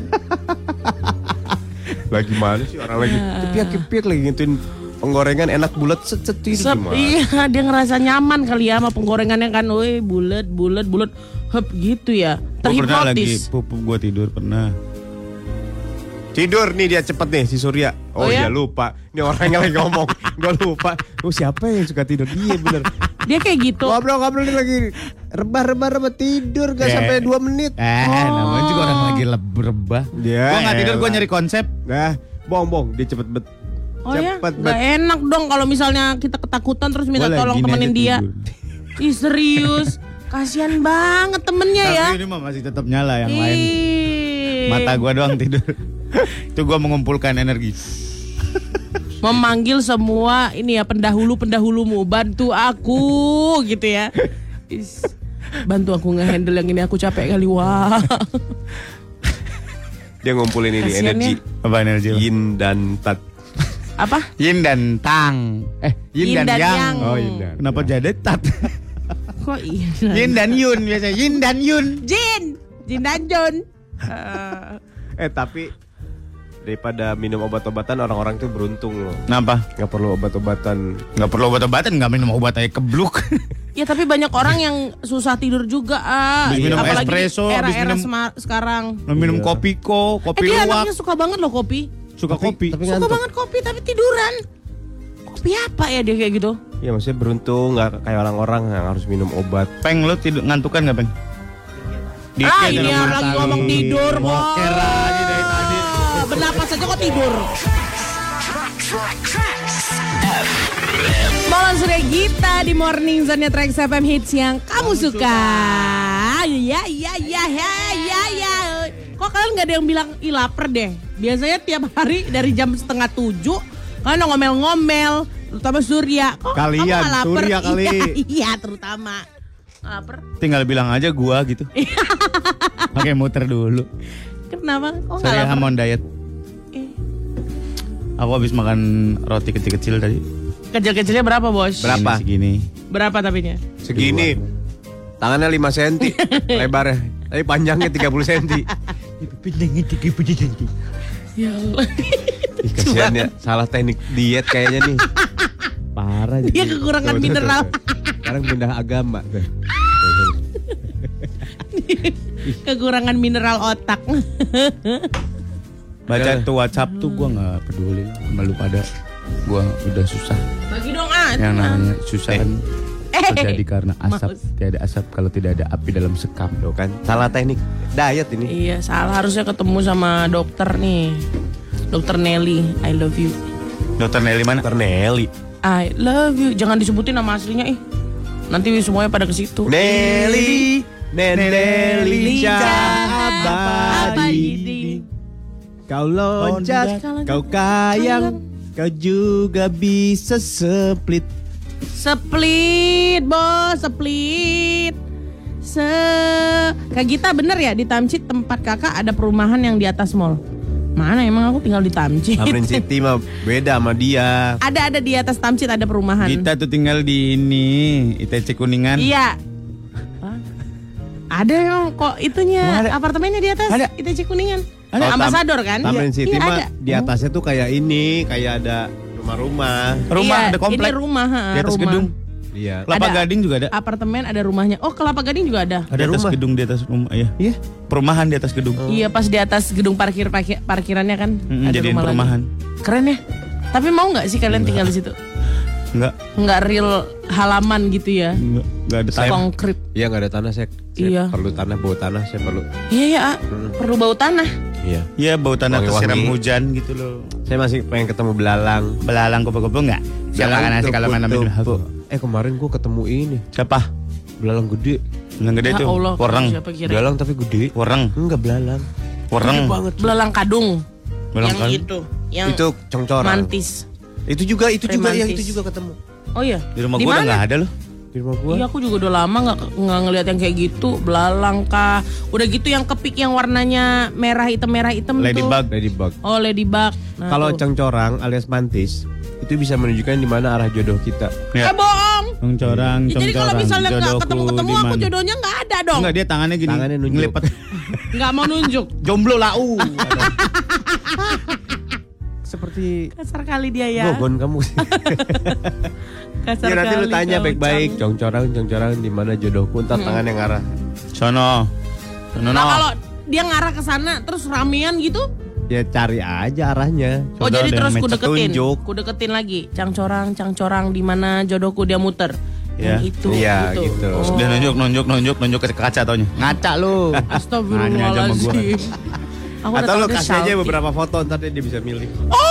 [SPEAKER 3] Lagi mana sih orang lagi kepiak-kepiak lagi ngituin penggorengan enak bulat set tidur gimana?
[SPEAKER 2] Iya, dia ngerasa nyaman kali ya sama penggorengannya kan. Woi, bulat, hep gitu ya.
[SPEAKER 1] Gue pernah lagi
[SPEAKER 2] Terhipnotis.
[SPEAKER 1] pupu gue tidur pernah.
[SPEAKER 3] Tidur nih dia cepet nih si Surya. Oh
[SPEAKER 2] ya?
[SPEAKER 3] iya lupa. Ini orangnya lagi ngomong. Gue lupa. Oh siapa yang suka tidur? Iya bener.
[SPEAKER 2] Dia kayak gitu.
[SPEAKER 3] Ngobrol nih lagi rebah tidur gak sampai 2 menit.
[SPEAKER 1] Namanya juga orang lagi rebah.
[SPEAKER 3] Ya,
[SPEAKER 1] Gue nggak tidur, gue
[SPEAKER 3] elah.
[SPEAKER 1] nyari konsep.
[SPEAKER 3] Nah, bohong dia cepet bet.
[SPEAKER 2] Oh ya,
[SPEAKER 3] Cepet
[SPEAKER 2] gak enak dong kalau misalnya kita ketakutan terus minta
[SPEAKER 1] Gua
[SPEAKER 2] tolong
[SPEAKER 1] lagi
[SPEAKER 2] temenin
[SPEAKER 1] aja
[SPEAKER 2] dia.
[SPEAKER 1] tidur.
[SPEAKER 2] Ih serius, kasihan banget temennya ya.
[SPEAKER 1] Tapi ini mah masih tetap nyala yang lain.
[SPEAKER 2] Ih.
[SPEAKER 1] Mata gue doang tidur. Itu gue mengumpulkan energi.
[SPEAKER 2] Memanggil semua ini ya pendahulumu bantu aku gitu ya. Bantu aku ngehandle yang ini, aku capek kali. Wah.
[SPEAKER 3] Dia ngumpulin ini
[SPEAKER 2] Kasian
[SPEAKER 3] energi
[SPEAKER 1] Apa energi lo?
[SPEAKER 3] yin dan tat.
[SPEAKER 2] Apa?
[SPEAKER 1] Yin dan tang. Yin dan yang.
[SPEAKER 3] Oh yin dan.
[SPEAKER 1] Kenapa jadi tat?
[SPEAKER 2] Kok iya?
[SPEAKER 1] Yin dan Yun biasanya. Yin dan Yun.
[SPEAKER 2] Jin dan Jun.
[SPEAKER 3] Tapi daripada minum obat-obatan orang-orang tuh beruntung loh.
[SPEAKER 1] Kenapa?
[SPEAKER 3] Gak perlu obat-obatan.
[SPEAKER 1] Nggak perlu obat-obatan, nggak minum obat aja kebluk.
[SPEAKER 2] Ya tapi banyak orang yang susah tidur juga.
[SPEAKER 1] Habis minum
[SPEAKER 2] Apalagi
[SPEAKER 1] espresso, habis
[SPEAKER 2] era-era
[SPEAKER 1] minum-
[SPEAKER 2] sekarang.
[SPEAKER 1] Minum kopi
[SPEAKER 2] Dia
[SPEAKER 1] luwak.
[SPEAKER 2] anaknya suka banget loh kopi.
[SPEAKER 1] Suka kopi.
[SPEAKER 3] Tapi
[SPEAKER 2] Suka
[SPEAKER 3] ngantuk.
[SPEAKER 2] banget kopi tapi tiduran. Kopi apa ya dia kayak gitu?
[SPEAKER 3] Ya maksudnya beruntung gak kayak orang-orang yang harus minum obat.
[SPEAKER 1] Peng, lo tidur ngantukan nggak Peng?
[SPEAKER 2] Ah ini yang lagi ngomong tidur.
[SPEAKER 1] Moker lagi dari tadi.
[SPEAKER 2] Bernapas aja kok tidur. Malam Surya Gita di Morning Zone Trax FM Hits yang kamu suka. Ya. Kok kalian nggak ada yang bilang ih lapar deh? Biasanya tiap hari dari jam 6:30 kalian udah ngomel-ngomel, terutama Surya. Kok
[SPEAKER 3] Kalian,
[SPEAKER 2] kamu nggak lapar?
[SPEAKER 3] Surya kali.
[SPEAKER 2] Iya, terutama. Nggak lapar.
[SPEAKER 1] Tinggal bilang aja gua gitu. Oke, muter dulu.
[SPEAKER 2] Kenapa? Kok nggak
[SPEAKER 1] Saya
[SPEAKER 2] lapar?
[SPEAKER 1] hamon diet.
[SPEAKER 2] Eh,
[SPEAKER 1] Aku habis makan roti kecil-kecil tadi.
[SPEAKER 2] Kecil-kecilnya berapa bos?
[SPEAKER 3] Berapa?
[SPEAKER 1] Ini segini.
[SPEAKER 2] Berapa tapinya?
[SPEAKER 3] Segini. Tangannya 5 cm lebarnya. Tapi panjangnya 30 cm.
[SPEAKER 2] Ya Allah.
[SPEAKER 3] Ih, kasihan ya, salah teknik diet kayaknya nih. Parah.
[SPEAKER 2] Dia
[SPEAKER 3] jadi.
[SPEAKER 2] kekurangan
[SPEAKER 3] Tuh.
[SPEAKER 2] mineral.
[SPEAKER 3] Sekarang pindah agama. Tuh.
[SPEAKER 2] Kekurangan mineral otak.
[SPEAKER 1] Baca tuh WhatsApp tuh gua nggak peduli sama lu pada. Gua udah susah.
[SPEAKER 2] Bagi dong ah.
[SPEAKER 1] Yang namanya susah kan terjadi karena asap.
[SPEAKER 2] Maus.
[SPEAKER 1] Tiada asap kalau tidak ada api dalam sekam.
[SPEAKER 3] Tuh kan, salah teknik diet ini.
[SPEAKER 2] Iya salah, harusnya ketemu sama dokter nih. Dokter Nelly, I love you.
[SPEAKER 1] Dokter Nelly mana?
[SPEAKER 3] Dokter Nelly.
[SPEAKER 2] I love you. Jangan disebutin nama aslinya nanti semuanya pada ke situ.
[SPEAKER 3] Nelly, Nelly abadi. Kau loncat, kau kayang, kau juga bisa split.
[SPEAKER 2] Split, bos, split. Kak Gita bener ya di Tamcit tempat kakak ada perumahan yang di atas mall. Mana emang aku tinggal di Tamcit.
[SPEAKER 3] Tamrin City mah beda sama dia.
[SPEAKER 2] Ada di atas Tamcit ada perumahan.
[SPEAKER 1] Kita tuh tinggal di ini ITC Kuningan.
[SPEAKER 2] Iya. Hah? Ada yang kok itunya
[SPEAKER 1] Ada.
[SPEAKER 2] apartemennya di atas ITC Kuningan.
[SPEAKER 3] Ada.
[SPEAKER 2] Ambasador kan?
[SPEAKER 3] Tamrin City
[SPEAKER 2] Iya,
[SPEAKER 3] mah
[SPEAKER 2] ada.
[SPEAKER 3] di atasnya tuh kayak ini, kayak ada Rumah-rumah.
[SPEAKER 1] Rumah
[SPEAKER 2] Iya,
[SPEAKER 1] ada komplek.
[SPEAKER 2] Ini rumah,
[SPEAKER 1] Di atas
[SPEAKER 2] rumah.
[SPEAKER 1] gedung.
[SPEAKER 3] Iya.
[SPEAKER 1] Kelapa
[SPEAKER 2] Ada.
[SPEAKER 1] Gading juga ada.
[SPEAKER 2] Apartemen ada rumahnya. Oh, Kelapa Gading juga ada.
[SPEAKER 1] Ada atas
[SPEAKER 3] rumah.
[SPEAKER 1] gedung di atas rumah, iya.
[SPEAKER 3] Iya.
[SPEAKER 1] Perumahan di atas gedung.
[SPEAKER 2] Iya, pas di atas gedung parkirannya kan ada
[SPEAKER 1] Jadiin
[SPEAKER 2] rumah
[SPEAKER 1] perumahan.
[SPEAKER 2] lagi. Keren ya. Tapi mau nggak sih kalian tinggal di situ? Nggak real halaman gitu ya?
[SPEAKER 1] Enggak ada time.
[SPEAKER 2] Konkret.
[SPEAKER 3] Iya nggak ada tanah saya
[SPEAKER 2] Iya.
[SPEAKER 3] perlu tanah, bawa tanah saya perlu.
[SPEAKER 2] Iya ya, perlu bau tanah.
[SPEAKER 3] Iya.
[SPEAKER 1] Iya, bau tanah
[SPEAKER 3] Wangi-wangi.
[SPEAKER 1] tersiram hujan gitu loh.
[SPEAKER 3] Saya masih pengen ketemu belalang.
[SPEAKER 1] Belalang kupu-kupu enggak? Siapa kan nasi kalau main
[SPEAKER 3] Tuh. Kemarin gua ketemu ini
[SPEAKER 1] Siapa?
[SPEAKER 3] belalang gede.
[SPEAKER 1] Belalang gede
[SPEAKER 2] Ya
[SPEAKER 1] tuh.
[SPEAKER 2] Allah,
[SPEAKER 1] Wareng.
[SPEAKER 2] siapa kira?
[SPEAKER 3] Belalang tapi gede.
[SPEAKER 1] Wareng.
[SPEAKER 3] Enggak belalang.
[SPEAKER 1] Wareng.
[SPEAKER 2] Belalang kadung.
[SPEAKER 1] Belalang
[SPEAKER 2] yang
[SPEAKER 1] kadung.
[SPEAKER 2] itu, yang
[SPEAKER 3] Itu congcorang.
[SPEAKER 2] mantis.
[SPEAKER 3] Itu juga
[SPEAKER 2] Remantis.
[SPEAKER 3] itu juga ketemu.
[SPEAKER 2] Oh iya.
[SPEAKER 1] Di rumah gua udah
[SPEAKER 2] mana?
[SPEAKER 1] enggak ada loh.
[SPEAKER 3] Di rumah gua.
[SPEAKER 2] Iya, aku juga udah lama nggak ngelihat yang kayak gitu. Belalang kah? Udah gitu yang kepik yang warnanya merah hitam tuh.
[SPEAKER 3] Ladybug.
[SPEAKER 2] Oh, ladybug. Nah,
[SPEAKER 3] Kalau
[SPEAKER 2] tuh.
[SPEAKER 3] congcorang alias mantis itu bisa menunjukkan di mana arah jodoh kita.
[SPEAKER 1] Ya.
[SPEAKER 2] Bohong.
[SPEAKER 1] Congcorang,
[SPEAKER 2] Ya, jadi kalau misalnya nggak ketemu-ketemu aku jodohnya nggak ada dong.
[SPEAKER 1] Enggak, dia tangannya gini.
[SPEAKER 3] Tangannya nunjuk.
[SPEAKER 1] Ngelipet.
[SPEAKER 2] Nggak mau nunjuk.
[SPEAKER 1] Jomblo lau.
[SPEAKER 3] Seperti
[SPEAKER 2] Kasar kali dia ya.
[SPEAKER 3] Gogon kamu sih.
[SPEAKER 2] Kasar
[SPEAKER 3] Ya nanti lu
[SPEAKER 2] kali
[SPEAKER 3] tanya
[SPEAKER 2] kau,
[SPEAKER 3] baik-baik,
[SPEAKER 2] Cang.
[SPEAKER 3] congcorang di mana jodohku, entar tangan yang arah.
[SPEAKER 1] Sono. Sono.
[SPEAKER 2] Nah, kalau dia ngarah ke sana terus ramean gitu.
[SPEAKER 3] Ya cari aja arahnya.
[SPEAKER 2] Oh,
[SPEAKER 1] Saudara
[SPEAKER 2] jadi
[SPEAKER 1] ada
[SPEAKER 2] terus
[SPEAKER 1] yang
[SPEAKER 2] ku deketin.
[SPEAKER 3] tunjuk.
[SPEAKER 2] Ku deketin lagi. Cangcorang di mana jodohku, dia muter.
[SPEAKER 1] Ya.
[SPEAKER 2] Yang itu.
[SPEAKER 3] Iya, gitu.
[SPEAKER 2] Oh.
[SPEAKER 1] Dia nunjuk ke kaca taunya. Ngaca lu.
[SPEAKER 2] Astagfirullahaladzim. Aku
[SPEAKER 3] Atau lu
[SPEAKER 2] takutnya
[SPEAKER 3] kasih aja
[SPEAKER 2] selfie.
[SPEAKER 3] beberapa foto, ntar dia bisa milih.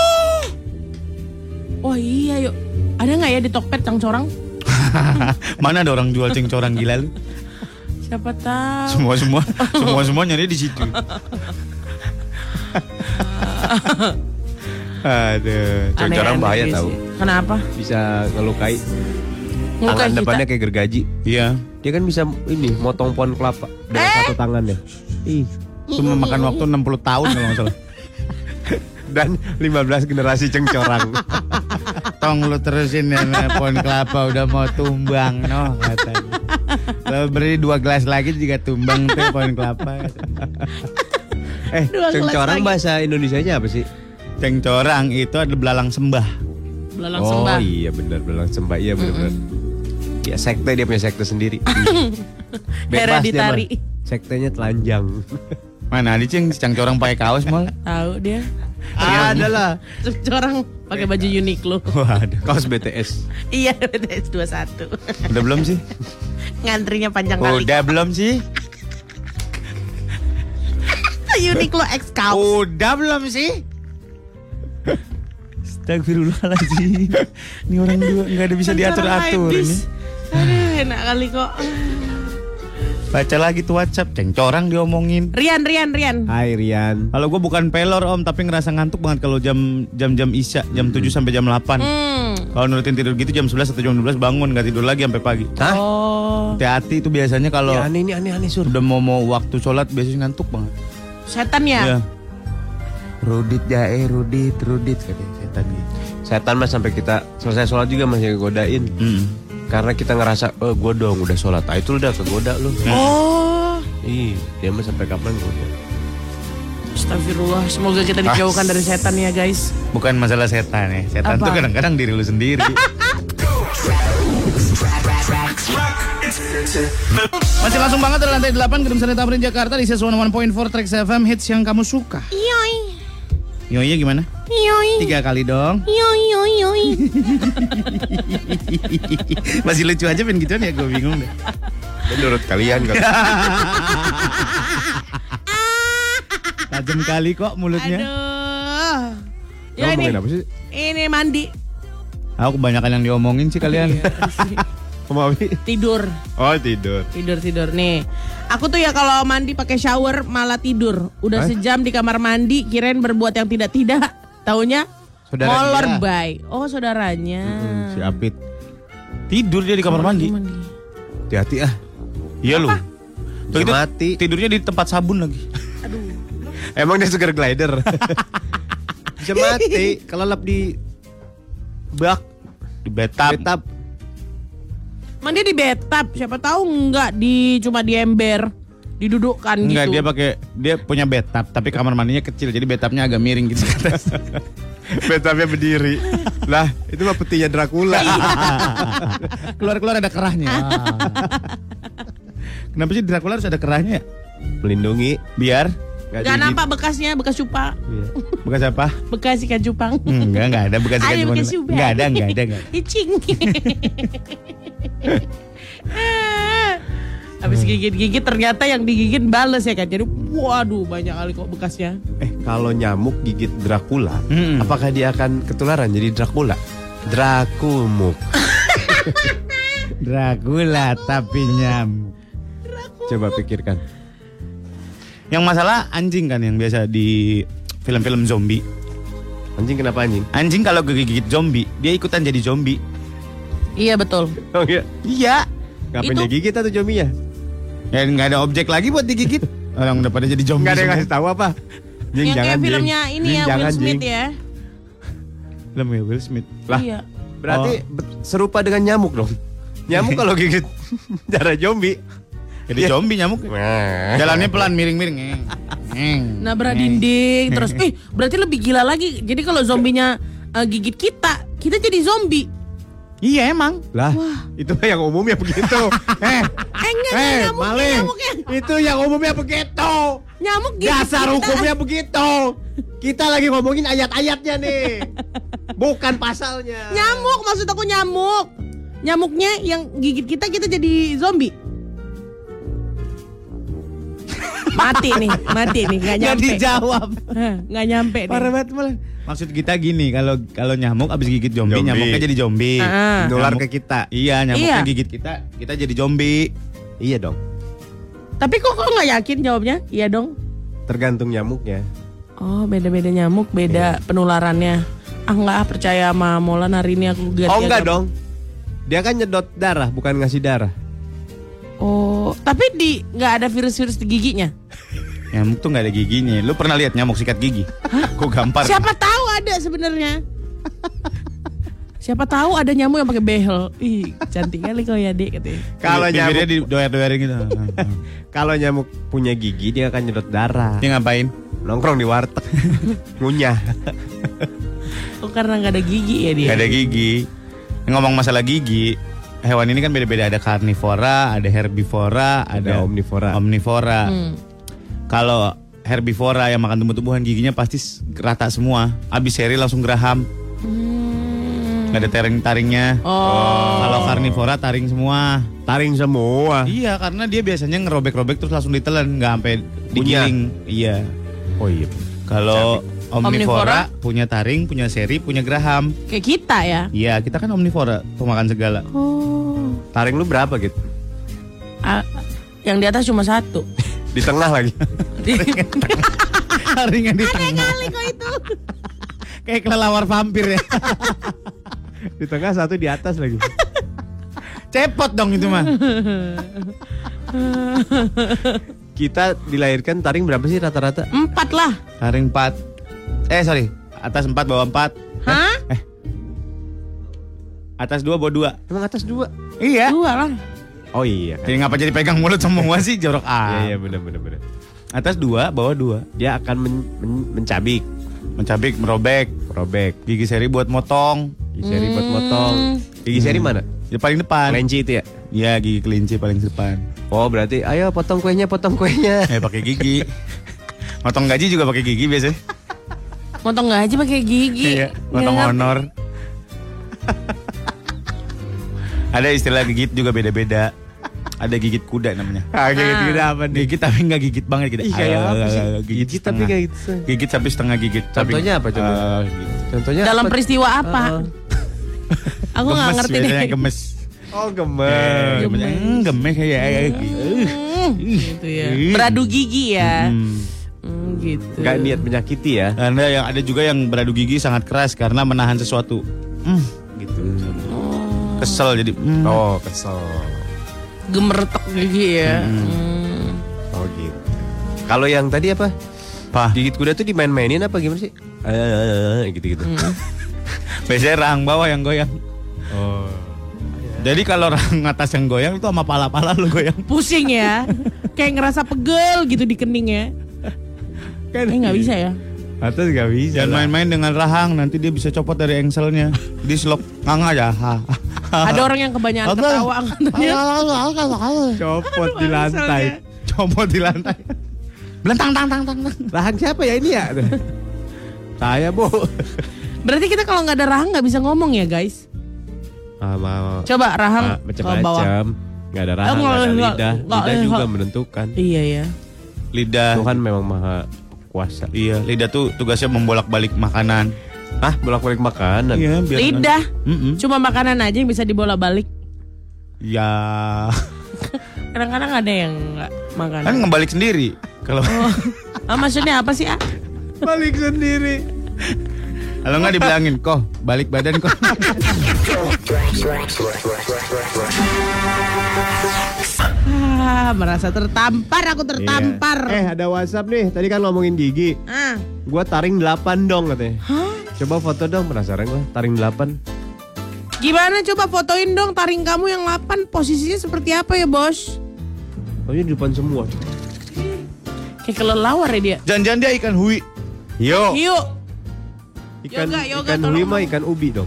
[SPEAKER 2] Oh iya, yuk. Ada nggak ya di Tokped cangcorang?
[SPEAKER 1] Mana ada orang jual cengcorang gila lu?
[SPEAKER 2] Siapa tahu.
[SPEAKER 1] Semua nyari di situ. Aduh,
[SPEAKER 3] Congcorang
[SPEAKER 2] Aneh-aneh
[SPEAKER 3] bahaya
[SPEAKER 2] sih.
[SPEAKER 3] tahu.
[SPEAKER 2] Kenapa?
[SPEAKER 3] Bisa ngelukai.
[SPEAKER 2] Ngelukai
[SPEAKER 3] Tangan
[SPEAKER 2] kita?
[SPEAKER 3] depannya kayak gergaji.
[SPEAKER 1] iya.
[SPEAKER 3] Dia kan bisa ini motong pohon kelapa dengan satu tangannya. Ih.
[SPEAKER 1] Itu memakan waktu 60 tahun kalau nggak salah.
[SPEAKER 3] Dan 15 generasi cengcorang.
[SPEAKER 1] Tong lu terusin ya, pohon kelapa udah mau tumbang, noh katanya. Lo beri 2 gelas lagi juga tumbang tuh pohon kelapa.
[SPEAKER 2] Dua gelas
[SPEAKER 3] Cengcorang
[SPEAKER 2] lagi.
[SPEAKER 3] bahasa Indonesianya apa sih?
[SPEAKER 1] Cengcorang itu adalah belalang sembah.
[SPEAKER 2] Belalang
[SPEAKER 3] Oh
[SPEAKER 2] sembah.
[SPEAKER 3] iya benar belalang sembah, iya benar-benar. Ya sekte, dia punya sekte sendiri. Bebas dia mah.
[SPEAKER 2] Hereditary.
[SPEAKER 3] Sektenya telanjang.
[SPEAKER 1] Mana ada cing cengcorang pakai kaos mal?
[SPEAKER 2] Tahu dia.
[SPEAKER 3] Ada lah.
[SPEAKER 2] Cangcorang pakai baju Uniqlo.
[SPEAKER 1] Waduh.
[SPEAKER 3] Kaos BTS.
[SPEAKER 2] Iya, BTS 21.
[SPEAKER 1] Udah belum sih?
[SPEAKER 2] Ngantrinya panjang kali.
[SPEAKER 1] Udah belum sih?
[SPEAKER 2] Uniqlo X kaos.
[SPEAKER 1] Udah belum sih? Astagfirullahaladzim. Ini orang dua nggak ada bisa diatur-atur ini.
[SPEAKER 2] Aduh, enak kali kok.
[SPEAKER 1] Baca lagi tuh WhatsApp, cengcorang diomongin.
[SPEAKER 2] Rian.
[SPEAKER 3] Hai Rian.
[SPEAKER 1] Kalau gue bukan pelor om, tapi ngerasa ngantuk banget kalau jam isya, jam 7 sampai jam 8. Kalau nurutin tidur gitu jam 11 atau jam 12 bangun, nggak tidur lagi sampai pagi.
[SPEAKER 3] Hah?
[SPEAKER 2] Oh,
[SPEAKER 1] Hati-hati itu biasanya kalau
[SPEAKER 3] Ya, ini aneh sur.
[SPEAKER 1] udah mau waktu sholat biasanya ngantuk banget.
[SPEAKER 2] setan ya?
[SPEAKER 1] Iya. Rudit katanya setan gitu.
[SPEAKER 3] Setan mas sampai kita selesai sholat juga masih godain. Karena kita ngerasa, gue dong udah sholat. Ah itu udah kegoda lu.
[SPEAKER 2] Oh,
[SPEAKER 3] Ih, dia mah sampai kapan goda?
[SPEAKER 2] astagfirullah. Semoga kita dijauhkan dari setan ya guys.
[SPEAKER 1] Bukan masalah setan ya. Setan
[SPEAKER 2] Apa?
[SPEAKER 1] tuh kadang-kadang diri lu sendiri. Masih langsung banget dari lantai 8 Gedung Sari Tamrin Jakarta di 101.4 Trax FM hits yang kamu suka.
[SPEAKER 6] Yoi,
[SPEAKER 1] Yoy gimana?
[SPEAKER 6] yoi,
[SPEAKER 1] 3 kali dong.
[SPEAKER 6] yoi, yoi, yoi.
[SPEAKER 1] Masih lucu aja pengen gituan ya, gue bingung deh.
[SPEAKER 3] Menurut kalian kan?
[SPEAKER 1] Tajam kali kok mulutnya.
[SPEAKER 2] Aduh. Ya
[SPEAKER 3] Ngomongin
[SPEAKER 2] ini,
[SPEAKER 3] apa sih?
[SPEAKER 2] ini mandi.
[SPEAKER 1] Aku kebanyakan yang diomongin sih kalian.
[SPEAKER 3] Mami?
[SPEAKER 2] Tidur.
[SPEAKER 3] Oh tidur.
[SPEAKER 2] Tidur nih. Aku tuh ya kalau mandi pakai shower malah tidur. Udah sejam di kamar mandi, kirain berbuat yang tidak. Taunya
[SPEAKER 3] Saudara
[SPEAKER 2] molor
[SPEAKER 3] dia.
[SPEAKER 2] bay. Oh saudaranya.
[SPEAKER 3] Si Apit.
[SPEAKER 1] Tidur dia di kamar mandi.
[SPEAKER 3] Hati-hati ah.
[SPEAKER 1] Iya lu.
[SPEAKER 3] Bisa
[SPEAKER 1] Begitu
[SPEAKER 3] mati.
[SPEAKER 1] tidurnya di tempat sabun lagi.
[SPEAKER 3] Emang dia sugar glider. Bisa mati kalau lap di bak
[SPEAKER 1] Di bathtub.
[SPEAKER 3] betap.
[SPEAKER 2] Mandi di bathtub, siapa tahu enggak cuma di ember, didudukkan
[SPEAKER 1] Enggak,
[SPEAKER 2] gitu.
[SPEAKER 1] dia punya bathtub tapi kamar mandinya kecil jadi bathtubnya agak miring gitu ke atas.
[SPEAKER 3] Bathtubnya berdiri. Lah, itu mah petinya Dracula.
[SPEAKER 1] Keluar-keluar ada kerahnya. Kenapa sih Dracula harus ada kerahnya?
[SPEAKER 3] Melindungi
[SPEAKER 1] Biar
[SPEAKER 2] Gak nampak bekasnya, bekas cupa.
[SPEAKER 1] bekas apa?
[SPEAKER 2] Bekas ikan cupang.
[SPEAKER 1] Enggak ada bekas ikan
[SPEAKER 2] Ada
[SPEAKER 1] cupang.
[SPEAKER 2] bekas cupang.
[SPEAKER 1] Enggak ada.
[SPEAKER 2] Icing. Habis gigit-gigit ternyata yang digigit bales ya kan. Jadi waduh banyak kali kok bekasnya.
[SPEAKER 3] kalau nyamuk gigit Dracula, apakah dia akan ketularan jadi Dracula? Drakumuk.
[SPEAKER 1] Dracula tapi nyamuk.
[SPEAKER 3] Coba pikirkan.
[SPEAKER 1] Yang masalah anjing kan yang biasa di film-film zombie.
[SPEAKER 3] Anjing kenapa anjing?
[SPEAKER 1] Anjing kalau kegigit zombie, dia ikutan jadi zombie.
[SPEAKER 2] Iya betul.
[SPEAKER 3] Oh iya.
[SPEAKER 1] Iya.
[SPEAKER 3] Ngapain
[SPEAKER 2] Itu-
[SPEAKER 3] dia gigit atau zombinya?
[SPEAKER 1] Ya nggak ada objek lagi buat digigit. Orang udah pada jadi zombie.
[SPEAKER 3] Enggak ada yang
[SPEAKER 1] semua.
[SPEAKER 3] ngasih tahu apa? Jing,
[SPEAKER 2] Yang
[SPEAKER 3] jangan,
[SPEAKER 2] kayak
[SPEAKER 3] Jing.
[SPEAKER 2] filmnya ini
[SPEAKER 3] Jing,
[SPEAKER 2] ya
[SPEAKER 3] jangan,
[SPEAKER 2] Will Smith
[SPEAKER 3] Jing.
[SPEAKER 2] ya.
[SPEAKER 1] Film ya Will Smith.
[SPEAKER 3] Lah,
[SPEAKER 2] Iya.
[SPEAKER 3] berarti serupa dengan nyamuk dong. Nyamuk kalau gigit darah zombie.
[SPEAKER 1] Jadi zombie nyamuk. Jalannya pelan miring-miring.
[SPEAKER 2] Nabrak dinding terus. Berarti lebih gila lagi. Jadi kalau zombinya gigit kita jadi zombie.
[SPEAKER 1] Iya emang.
[SPEAKER 3] Lah, itu yang umumnya begitu.
[SPEAKER 2] Enggak nyamuknya.
[SPEAKER 3] Itu yang umumnya begitu.
[SPEAKER 2] Nyamuk gigit
[SPEAKER 3] Dasar
[SPEAKER 2] kita.
[SPEAKER 3] hukumnya begitu. Kita lagi ngomongin ayat-ayatnya nih. Bukan pasalnya.
[SPEAKER 2] Nyamuk, maksud aku nyamuk. Nyamuknya yang gigit kita jadi zombie. Mati nih, nggak
[SPEAKER 1] Nggak
[SPEAKER 2] nyampe.
[SPEAKER 1] dijawab.
[SPEAKER 2] Nggak nyampe nih.
[SPEAKER 1] Parah banget malah. Maksud kita gini, kalau nyamuk abis gigit zombie,
[SPEAKER 3] Zombie.
[SPEAKER 1] nyamuknya jadi zombie.
[SPEAKER 3] Nular
[SPEAKER 1] Nyamuk-
[SPEAKER 3] ke kita.
[SPEAKER 1] Iya, nyamuknya
[SPEAKER 2] Iya.
[SPEAKER 1] gigit kita jadi zombie.
[SPEAKER 3] Iya dong.
[SPEAKER 2] Tapi kok nggak yakin jawabnya? Iya dong.
[SPEAKER 3] Tergantung nyamuknya.
[SPEAKER 2] Oh, beda-beda nyamuk, beda penularannya. Nggak percaya sama Molan hari ini aku ganti.
[SPEAKER 3] Oh enggak
[SPEAKER 2] agama.
[SPEAKER 3] dong. Dia kan nyedot darah, bukan ngasih darah.
[SPEAKER 2] Oh, tapi nggak ada virus-virus di giginya.
[SPEAKER 1] Nyamuk tuh nggak ada giginya. Lu pernah lihat nyamuk sikat gigi? Kok gampar?
[SPEAKER 2] Siapa tahu ada sebenarnya. Siapa tahu ada nyamuk yang pakai behel. Ih, cantik kali kau ya, Dek katanya.
[SPEAKER 3] Kalau
[SPEAKER 1] Bibirnya
[SPEAKER 3] nyamuk,
[SPEAKER 1] didoer-doerin gitu.
[SPEAKER 3] kalau nyamuk punya gigi dia akan nyedot darah.
[SPEAKER 1] Dia ngapain?
[SPEAKER 3] Nongkrong di warteg. Ngunyah.
[SPEAKER 2] Oh, karena nggak ada gigi ya dia.
[SPEAKER 1] Gak ada gigi. Ngomong masalah gigi, hewan ini kan beda-beda. Ada karnivora, ada herbivora,
[SPEAKER 3] Ada omnivora.
[SPEAKER 1] omnivora. Kalau herbivora yang makan tumbuh-tumbuhan giginya pasti rata semua. Abis seri langsung geraham. Gak ada taring-taringnya.
[SPEAKER 2] Oh.
[SPEAKER 1] Kalau karnivora taring semua.
[SPEAKER 3] Taring semua.
[SPEAKER 1] Iya, karena dia biasanya ngerobek-robek terus langsung ditelan, nggak sampai digiling. Iya.
[SPEAKER 3] Oh iya.
[SPEAKER 1] Kalau
[SPEAKER 2] Omnivora?
[SPEAKER 1] omnivora punya taring, punya seri, punya geraham.
[SPEAKER 2] Kayak kita ya.
[SPEAKER 1] Iya, kita kan omnivora, pemakan segala.
[SPEAKER 2] Oh.
[SPEAKER 3] Taring lu berapa gitu?
[SPEAKER 2] Yang di atas cuma satu.
[SPEAKER 3] Di tengah lagi.
[SPEAKER 1] Taringnya di tengah.
[SPEAKER 2] Kali kok itu.
[SPEAKER 1] Kayak kelelawar vampir ya.
[SPEAKER 3] Di tengah satu di atas lagi.
[SPEAKER 1] Cepot dong itu mah.
[SPEAKER 3] Kita dilahirkan taring berapa sih rata-rata?
[SPEAKER 2] 4 lah.
[SPEAKER 1] Taring 4. Sorry, atas 4 bawah 4.
[SPEAKER 2] Hah?
[SPEAKER 1] Atas 2 bawah 2.
[SPEAKER 3] Emang atas 2?
[SPEAKER 1] Iya.
[SPEAKER 2] 2 lah.
[SPEAKER 3] Oh iya kan.
[SPEAKER 1] Jadi ngapa jadi pegang mulut semua sih, jorok
[SPEAKER 3] Iya benar.
[SPEAKER 1] Atas 2, bawah 2.
[SPEAKER 3] Dia akan mencabik,
[SPEAKER 1] Mencabik, merobek.
[SPEAKER 3] robek.
[SPEAKER 1] Gigi seri buat motong.
[SPEAKER 3] Gigi seri buat motong. Gigi seri mana?
[SPEAKER 1] Di paling depan.
[SPEAKER 3] Kelinci itu ya?
[SPEAKER 1] Iya, gigi kelinci paling depan.
[SPEAKER 3] Oh berarti ayo potong kuenya.
[SPEAKER 1] Pakai gigi. Motong gaji juga pakai gigi biasanya.
[SPEAKER 2] Motong gaji pakai gigi.
[SPEAKER 1] Iya, motong
[SPEAKER 2] Nggak
[SPEAKER 1] honor. Ada istilah gigit juga beda-beda. Ada gigit kuda namanya.
[SPEAKER 3] Gitu apa nih?
[SPEAKER 1] Gigit tapi nggak gigit banget gitu.
[SPEAKER 3] Ih, kayak apa sih?
[SPEAKER 1] Gigit
[SPEAKER 3] tapi
[SPEAKER 1] setengah.
[SPEAKER 3] kayak gitu.
[SPEAKER 1] Gigit sampai setengah gigit.
[SPEAKER 3] Contohnya apa coba?
[SPEAKER 1] Gitu.
[SPEAKER 3] Contohnya
[SPEAKER 2] Dalam
[SPEAKER 3] apa?
[SPEAKER 2] peristiwa apa? Aku nggak
[SPEAKER 1] Gemes
[SPEAKER 2] ngerti
[SPEAKER 1] biasanya,
[SPEAKER 2] deh.
[SPEAKER 1] gemes.
[SPEAKER 3] Oh gemes.
[SPEAKER 1] Gemes kayak
[SPEAKER 2] Gitu ya. Beradu gigi ya. Gitu.
[SPEAKER 3] Gak niat menyakiti ya?
[SPEAKER 1] Karena yang ada juga yang beradu gigi sangat keras karena menahan sesuatu. Gitu. Kesel jadi.
[SPEAKER 3] Oh kesel.
[SPEAKER 2] Gemertek gigi ya.
[SPEAKER 3] Oh gitu. Kalau yang tadi apa? Gigit kuda tuh dimain-mainin apa gimana sih? Gitu-gitu.
[SPEAKER 1] Biasanya rahang bawah yang goyang.
[SPEAKER 3] Oh.
[SPEAKER 1] Jadi kalau rahang atas yang goyang itu sama pala-pala lu goyang.
[SPEAKER 2] Pusing ya. Kayak ngerasa pegel gitu di keningnya.
[SPEAKER 3] Kan
[SPEAKER 2] Nggak bisa ya.
[SPEAKER 3] Atas gak bisa.
[SPEAKER 1] Jangan main-main dengan rahang, nanti dia bisa copot dari engselnya. Di slok nganga ya.
[SPEAKER 2] Ada orang yang kebanyakan ketawa katanya.
[SPEAKER 3] Copot di lantai.
[SPEAKER 1] Copot di lantai. Belentang tang.
[SPEAKER 3] Rahang siapa ya ini ya? Saya, Bu.
[SPEAKER 2] Berarti kita kalau nggak ada rahang nggak bisa ngomong ya, guys? Coba rahang ke bawah.
[SPEAKER 3] Macam-macam. Gak ada rahang, gak ada lidah. Lidah juga menentukan.
[SPEAKER 2] Iya ya.
[SPEAKER 1] Lidah.
[SPEAKER 3] Tuhan memang maha kuasa.
[SPEAKER 1] Iya, lidah tuh tugasnya membolak-balik makanan.
[SPEAKER 3] Hah? Bolak-balik makanan?
[SPEAKER 1] Iya, biar
[SPEAKER 2] Lidah. Cuma makanan aja yang bisa dibolak-balik.
[SPEAKER 1] Ya.
[SPEAKER 2] Kadang-kadang ada yang nggak makan.
[SPEAKER 1] Kan ngebalik sendiri. Kalau
[SPEAKER 2] Maksudnya apa sih, A?
[SPEAKER 3] Balik sendiri.
[SPEAKER 1] kalau nggak dibilangin, kok balik badan kok.
[SPEAKER 2] Merasa tertampar, aku tertampar.
[SPEAKER 3] Iya. Ada WhatsApp nih. Tadi kan ngomongin gigi. Gua taring 8 dong katanya. Coba foto dong, penasaran gua. Taring 8.
[SPEAKER 2] Gimana coba fotoin dong taring kamu yang 8, posisinya seperti apa ya, Bos?
[SPEAKER 3] Oh, di depan semua.
[SPEAKER 2] Kayak kelelawar ya dia.
[SPEAKER 1] Jangan-jangan dia ikan hui.
[SPEAKER 3] Yo.
[SPEAKER 2] Yuk.
[SPEAKER 3] Ikan
[SPEAKER 2] Yoga,
[SPEAKER 3] ikan
[SPEAKER 2] tolong
[SPEAKER 3] hui mah
[SPEAKER 2] dong.
[SPEAKER 3] ikan ubi dong.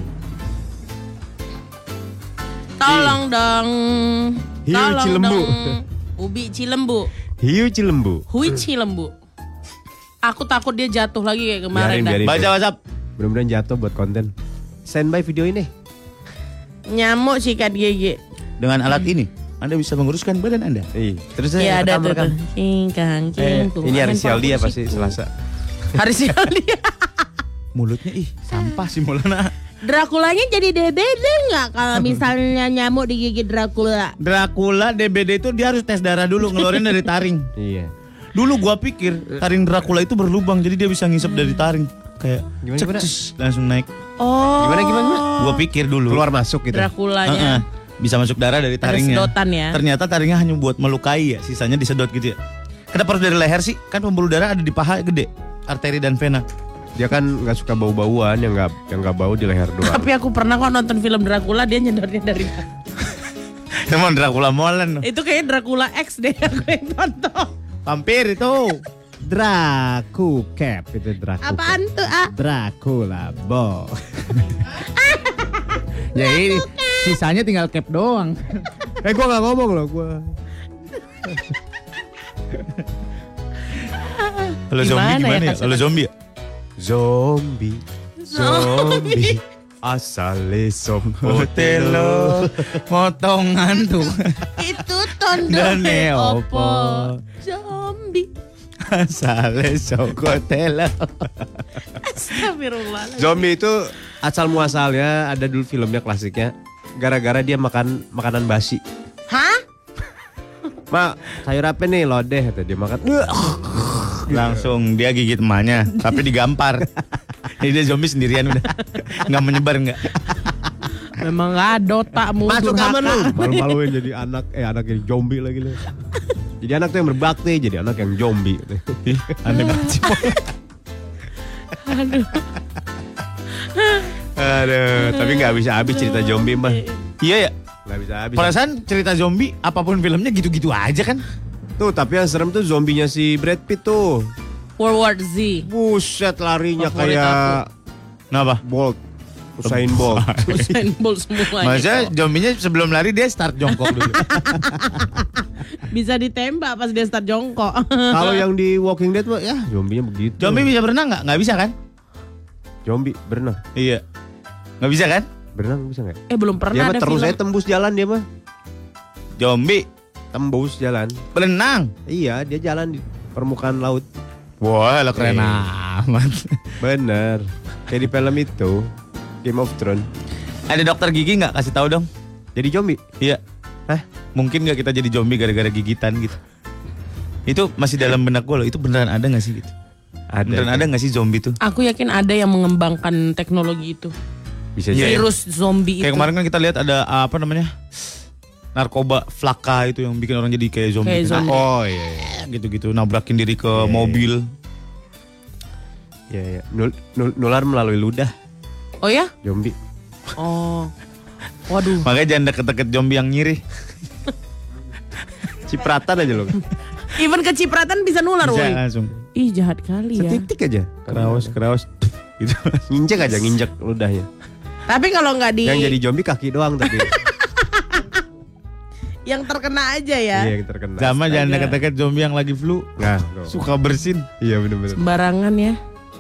[SPEAKER 2] Tolong dong.
[SPEAKER 3] Hiu
[SPEAKER 2] Tolong
[SPEAKER 3] Cilembu.
[SPEAKER 2] dong. Ubi Cilembu.
[SPEAKER 3] Hiu Cilembu.
[SPEAKER 2] Hui Cilembu. Aku takut dia jatuh lagi kayak kemarin.
[SPEAKER 3] Biarin.
[SPEAKER 1] Baca WhatsApp.
[SPEAKER 3] Mudah-mudahan jatuh buat konten. Standby video ini.
[SPEAKER 2] Nyamuk sikat gigi.
[SPEAKER 1] Dengan alat ini, Anda bisa menguruskan badan Anda.
[SPEAKER 3] Terus
[SPEAKER 2] Iya ada tuh.
[SPEAKER 3] rekam.
[SPEAKER 2] Kingkang, kingkung.
[SPEAKER 3] Ini hari sial dia
[SPEAKER 2] Handphone
[SPEAKER 3] pasti
[SPEAKER 2] siku.
[SPEAKER 3] Selasa.
[SPEAKER 2] Hari sial dia.
[SPEAKER 1] Mulutnya sampah sih Maulana.
[SPEAKER 2] Drakulanya jadi DBD nggak kalau misalnya nyamuk digigit Dracula?
[SPEAKER 1] Dracula DBD itu dia harus tes darah dulu ngeluarin dari taring.
[SPEAKER 3] Iya.
[SPEAKER 1] Dulu gua pikir taring Dracula itu berlubang jadi dia bisa ngisep dari taring. Kayak
[SPEAKER 3] Gimana?
[SPEAKER 1] cek, langsung naik.
[SPEAKER 2] Oh.
[SPEAKER 3] Gimana?
[SPEAKER 1] Gua pikir dulu.
[SPEAKER 3] Keluar masuk gitu.
[SPEAKER 2] Draculanya.
[SPEAKER 1] Bisa masuk darah dari
[SPEAKER 2] Ada
[SPEAKER 1] taringnya.
[SPEAKER 2] sedotan ya.
[SPEAKER 1] Ternyata taringnya hanya buat melukai ya, sisanya disedot gitu ya. Kenapa harus dari leher sih? Kan pembuluh darah ada di paha gede, arteri dan vena.
[SPEAKER 3] Dia kan nggak suka bau-bauan, yang nggak bau di leher doang.
[SPEAKER 2] Tapi aku pernah kok nonton film Dracula, dia nyedotnya dari
[SPEAKER 1] Emang Dracula molen.
[SPEAKER 2] itu kayaknya Dracula X deh aku yang nonton.
[SPEAKER 1] Vampir itu.
[SPEAKER 3] Dracu Cap itu Dracu.
[SPEAKER 2] Apaan tuh, A?
[SPEAKER 3] Dracula Bo.
[SPEAKER 1] Ya ini sisanya tinggal cap doang.
[SPEAKER 3] Gua nggak ngomong loh gua.
[SPEAKER 1] Kalau zombie
[SPEAKER 2] Gimana ya,
[SPEAKER 1] gimana ya?
[SPEAKER 2] Kak?
[SPEAKER 1] Kalau zombie ya?
[SPEAKER 3] Zombie. Asale
[SPEAKER 1] Hotelo motongan tuh.
[SPEAKER 2] Itu
[SPEAKER 1] Dane
[SPEAKER 2] tondone
[SPEAKER 1] opo.
[SPEAKER 2] opo. Zombie.
[SPEAKER 1] Asale sokotelo.
[SPEAKER 2] Astagfirullah.
[SPEAKER 3] Zombie itu asal muasalnya ada dulu filmnya klasiknya. Gara-gara dia makan makanan basi.
[SPEAKER 2] Hah?
[SPEAKER 3] Mak, sayur apa nih? Lodeh kata dia makan.
[SPEAKER 1] Langsung dia gigit emaknya, tapi digampar. Jadi dia zombie sendirian udah. Nggak menyebar nggak.
[SPEAKER 2] Memang nggak ada otakmu.
[SPEAKER 3] Masuk kamar lu.
[SPEAKER 2] durhaka.
[SPEAKER 3] Malu-maluin jadi anak yang zombie lagi lu. Jadi anak tuh yang berbakti, jadi anak yang zombie.
[SPEAKER 1] Aneh banget sih. Aduh, tapi nggak bisa habis cerita zombie mah. Iya ya.
[SPEAKER 3] Nggak bisa habis.
[SPEAKER 1] Perasaan cerita zombie apapun filmnya gitu-gitu aja kan.
[SPEAKER 3] Tuh, tapi yang serem tuh zombinya si Brad Pitt tuh.
[SPEAKER 2] World War Z.
[SPEAKER 3] Buset larinya
[SPEAKER 2] Favorit
[SPEAKER 3] kayak
[SPEAKER 1] Kenapa?
[SPEAKER 3] Bolt. Usain Bolt.
[SPEAKER 2] Usain Bolt semuanya.
[SPEAKER 1] Maksudnya zombinya sebelum lari dia start jongkok dulu.
[SPEAKER 2] Bisa ditembak pas dia start jongkok.
[SPEAKER 3] Kalau yang di Walking Dead mah ya zombinya begitu.
[SPEAKER 1] Zombie bisa berenang nggak? Nggak bisa kan?
[SPEAKER 3] Zombie berenang.
[SPEAKER 1] Iya. Nggak bisa kan?
[SPEAKER 3] Berenang bisa nggak?
[SPEAKER 2] Belum
[SPEAKER 3] Dia
[SPEAKER 2] pernah
[SPEAKER 3] mah
[SPEAKER 2] ada
[SPEAKER 3] terus
[SPEAKER 2] film.
[SPEAKER 3] aja tembus jalan dia mah.
[SPEAKER 1] Zombie
[SPEAKER 3] Tembus jalan.
[SPEAKER 1] berenang.
[SPEAKER 3] Iya, dia jalan di permukaan laut.
[SPEAKER 1] Wah, lo keren amat.
[SPEAKER 3] Bener. Kayak di film itu Game of Thrones.
[SPEAKER 1] Ada dokter gigi nggak? Kasih tahu dong.
[SPEAKER 3] Jadi zombie.
[SPEAKER 1] Iya.
[SPEAKER 3] Hah?
[SPEAKER 1] Mungkin nggak kita jadi zombie gara-gara gigitan gitu? Itu masih dalam benak gue loh. Itu beneran ada nggak sih gitu? Beneran ada nggak sih zombie tuh?
[SPEAKER 2] Aku yakin ada yang mengembangkan teknologi itu.
[SPEAKER 3] Bisa
[SPEAKER 1] Iya,
[SPEAKER 3] jadi.
[SPEAKER 2] Virus zombie
[SPEAKER 1] Kayak
[SPEAKER 2] itu.
[SPEAKER 1] kemarin kan kita lihat ada apa namanya? Narkoba flaka itu yang bikin orang jadi kayak zombie.
[SPEAKER 2] Kayak zombie.
[SPEAKER 3] Oh iya.
[SPEAKER 1] Gitu-gitu nabrakin diri ke
[SPEAKER 3] Iya.
[SPEAKER 1] mobil.
[SPEAKER 3] Iya, iya. Nular melalui ludah
[SPEAKER 2] Oh ya?
[SPEAKER 3] zombie.
[SPEAKER 2] Oh. Waduh.
[SPEAKER 1] Makanya jangan deket-deket zombie yang nyiri.
[SPEAKER 3] Cipratan aja loh.
[SPEAKER 2] Even kecipratan bisa nular,
[SPEAKER 1] Bisa
[SPEAKER 2] woy.
[SPEAKER 1] langsung.
[SPEAKER 2] Ih jahat kali ya.
[SPEAKER 3] Setitik aja.
[SPEAKER 1] Kerawas gitu.
[SPEAKER 3] Nginjek ludahnya.
[SPEAKER 2] Tapi kalau nggak di
[SPEAKER 3] Yang jadi zombie kaki doang tapi.
[SPEAKER 2] yang terkena aja ya.
[SPEAKER 3] Iya, yang terkena.
[SPEAKER 1] Sama jangan deket-deket zombie yang lagi flu.
[SPEAKER 3] Nah,
[SPEAKER 1] Suka bersin.
[SPEAKER 3] iya benar-benar.
[SPEAKER 2] Sembarangan ya.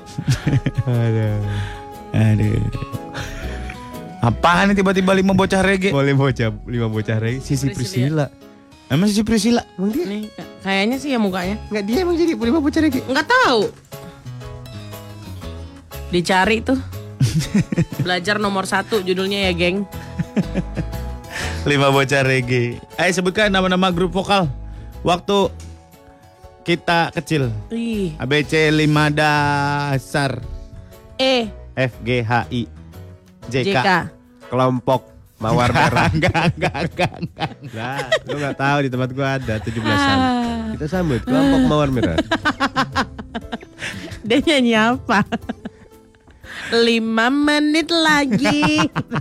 [SPEAKER 1] Aduh. Apaan nih tiba-tiba 5 bocah reggae?
[SPEAKER 3] Boleh 5 bocah reggae. Sisi Priscilla.
[SPEAKER 1] Emang si Priscilla?
[SPEAKER 3] Emang dia?
[SPEAKER 2] Nih, kayaknya sih ya mukanya.
[SPEAKER 3] Enggak, dia emang jadi 5 bocah reggae.
[SPEAKER 2] Nggak tahu. Dicari tuh. Belajar nomor 1 judulnya ya, geng.
[SPEAKER 1] 5 bocah reggae. Ayo sebutkan nama-nama grup vokal waktu kita kecil.
[SPEAKER 2] Ih.
[SPEAKER 1] ABC 5 dasar.
[SPEAKER 2] E.
[SPEAKER 1] F, G, H, I, J, K.
[SPEAKER 3] Kelompok Mawar Merah.
[SPEAKER 1] Enggak.
[SPEAKER 3] Nah, lu gak tahu di tempat gua ada 17-an. Kita sambut kelompok Mawar Merah.
[SPEAKER 2] Dia nyanyi apa? 5 menit lagi.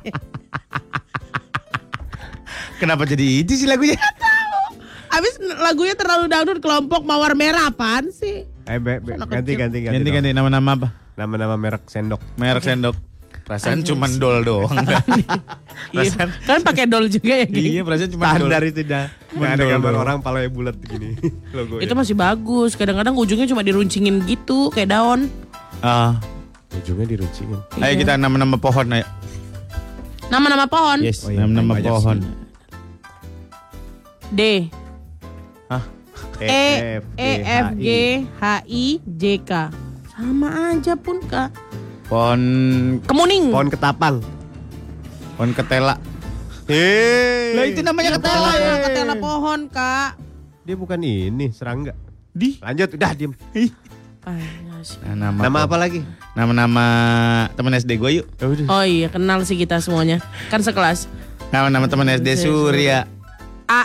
[SPEAKER 1] Kenapa jadi itu sih lagunya?
[SPEAKER 2] Abis lagunya terlalu dangdut, kelompok Mawar Merah apaan sih?
[SPEAKER 3] Ganti
[SPEAKER 1] Nama-nama apa?
[SPEAKER 3] nama-nama merek sendok.
[SPEAKER 1] Merek sendok. Perasaan cuman dol doang.
[SPEAKER 2] Iya, kan pakai dol juga ya, geng?
[SPEAKER 1] Iya, perasaan cuma
[SPEAKER 3] Standar
[SPEAKER 1] dol.
[SPEAKER 3] itu dah. Nggak ada gambar orang palanya bulat begini. Logo
[SPEAKER 2] Itu masih bagus. Kadang-kadang ujungnya cuma diruncingin gitu kayak daun.
[SPEAKER 3] ujungnya diruncingin.
[SPEAKER 1] Ayo kita nama-nama pohon ayo.
[SPEAKER 2] Nama-nama pohon.
[SPEAKER 1] Yes,
[SPEAKER 3] Oh iya,
[SPEAKER 1] nama-nama
[SPEAKER 3] banyak
[SPEAKER 1] pohon.
[SPEAKER 2] D.
[SPEAKER 3] E,
[SPEAKER 2] E F G H I J K. Sama aja pun Kak.
[SPEAKER 1] Pohon
[SPEAKER 2] Kemuning.
[SPEAKER 3] Pohon ketapang.
[SPEAKER 1] pohon ketela.
[SPEAKER 3] Lah
[SPEAKER 1] itu namanya ketela.
[SPEAKER 2] Ketela pohon Kak.
[SPEAKER 3] Dia bukan ini, serangga.
[SPEAKER 1] Di.
[SPEAKER 3] Lanjut, udah diem.
[SPEAKER 1] Nama
[SPEAKER 3] Nama apa lagi?
[SPEAKER 1] Nama-nama teman SD gue yuk.
[SPEAKER 2] Oh iya, kenal sih kita semuanya. Kan sekelas.
[SPEAKER 1] Nama-nama teman SD Surya.
[SPEAKER 2] A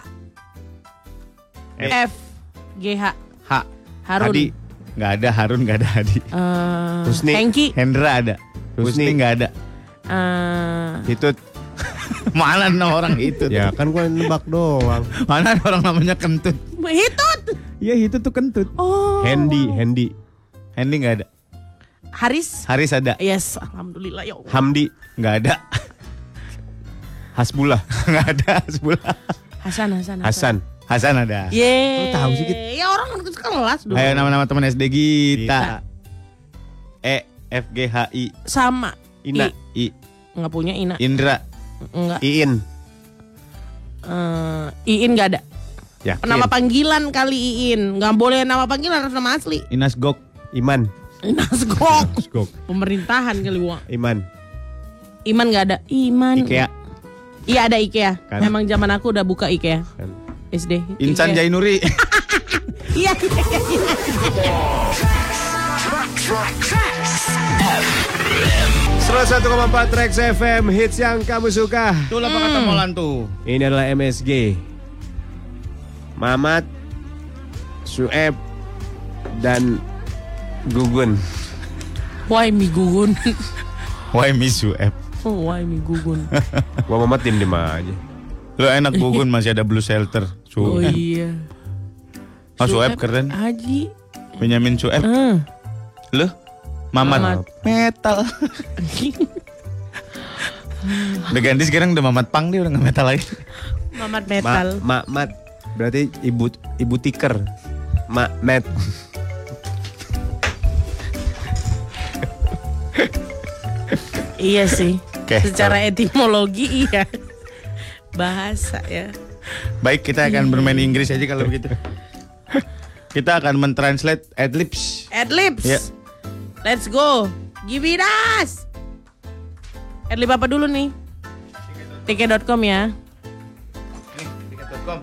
[SPEAKER 2] F G H
[SPEAKER 1] H.
[SPEAKER 2] Harun.
[SPEAKER 3] Hadi.
[SPEAKER 1] Nggak ada Harun, nggak ada Hadi.
[SPEAKER 3] Husni.
[SPEAKER 2] Hengki.
[SPEAKER 1] Hendra ada.
[SPEAKER 3] Husni.
[SPEAKER 1] Husni nggak ada.
[SPEAKER 3] Hitut.
[SPEAKER 1] Mana nama orang itu?
[SPEAKER 3] Ya kan gua nebak doang.
[SPEAKER 1] Mana ada orang namanya Kentut?
[SPEAKER 2] Hitut.
[SPEAKER 1] Iya itu tuh Kentut.
[SPEAKER 2] Oh.
[SPEAKER 3] Hendy.
[SPEAKER 1] Hendy nggak ada.
[SPEAKER 2] Haris.
[SPEAKER 1] Haris ada.
[SPEAKER 2] Yes, alhamdulillah ya Allah.
[SPEAKER 3] Hamdi.
[SPEAKER 1] Nggak ada.
[SPEAKER 3] Hasbullah.
[SPEAKER 1] Nggak ada. Sebelah.
[SPEAKER 2] Hasan.
[SPEAKER 1] Hasan ada.
[SPEAKER 2] Yeay.
[SPEAKER 3] Lu tahu sih, Git?
[SPEAKER 2] Ya orang kelas dong.
[SPEAKER 1] Ayo nama-nama teman SD
[SPEAKER 3] Gita.
[SPEAKER 1] Gita. E F G H I
[SPEAKER 2] Sama.
[SPEAKER 3] Ina.
[SPEAKER 1] I
[SPEAKER 2] Nggak punya Ina.
[SPEAKER 1] Indra.
[SPEAKER 2] Enggak.
[SPEAKER 3] Iin.
[SPEAKER 2] Iin nggak ada.
[SPEAKER 3] Ya.
[SPEAKER 2] Nama panggilan kali Iin. Nggak boleh nama panggilan, harus nama asli.
[SPEAKER 1] Inas Gok.
[SPEAKER 3] Iman.
[SPEAKER 2] Nasgok.
[SPEAKER 3] Skok.
[SPEAKER 2] Pemerintahan kali gua.
[SPEAKER 3] Iman.
[SPEAKER 2] Iman nggak ada. Iman.
[SPEAKER 1] Ikea.
[SPEAKER 2] Iya ada IKEA.
[SPEAKER 3] Kan.
[SPEAKER 2] Memang zaman aku udah buka IKEA.
[SPEAKER 3] Kan.
[SPEAKER 2] SD.
[SPEAKER 1] Insan
[SPEAKER 2] IKEA.
[SPEAKER 1] Jainuri.
[SPEAKER 2] Iya.
[SPEAKER 3] 101,4 Trax FM, hits yang kamu suka.
[SPEAKER 1] Itulah apa kata Molan tuh.
[SPEAKER 3] Ini adalah MSG. Mamat, Sueb, dan Gugun.
[SPEAKER 2] Why mi gugun?
[SPEAKER 1] Why miss you F?
[SPEAKER 2] Oh, why mi gugun?
[SPEAKER 3] Gua Mamat diem aja.
[SPEAKER 1] Lo enak Gugun masih ada Blue Shelter.
[SPEAKER 2] Oh
[SPEAKER 1] Sueb.
[SPEAKER 2] iya.
[SPEAKER 1] Sueb keren.
[SPEAKER 2] Haji.
[SPEAKER 1] Benyamin Sueb. Lo? Mamat. Metal. Udah ganti sekarang udah Mamat Pang, dia udah gak metal lagi.
[SPEAKER 2] Mamat metal.
[SPEAKER 3] Mamat berarti ibu tiker. Mamet.
[SPEAKER 2] Iya sih.
[SPEAKER 1] Oke.
[SPEAKER 2] Secara etimologi iya. Bahasa ya.
[SPEAKER 1] Baik, kita akan bermain Inggris aja kalau begitu. Kita akan mentranslate adlibs.
[SPEAKER 2] Adlibs.
[SPEAKER 1] Ya.
[SPEAKER 2] Let's go. Give it us. Adlib apa dulu nih? Tiket.com ya.
[SPEAKER 1] Tiket.com.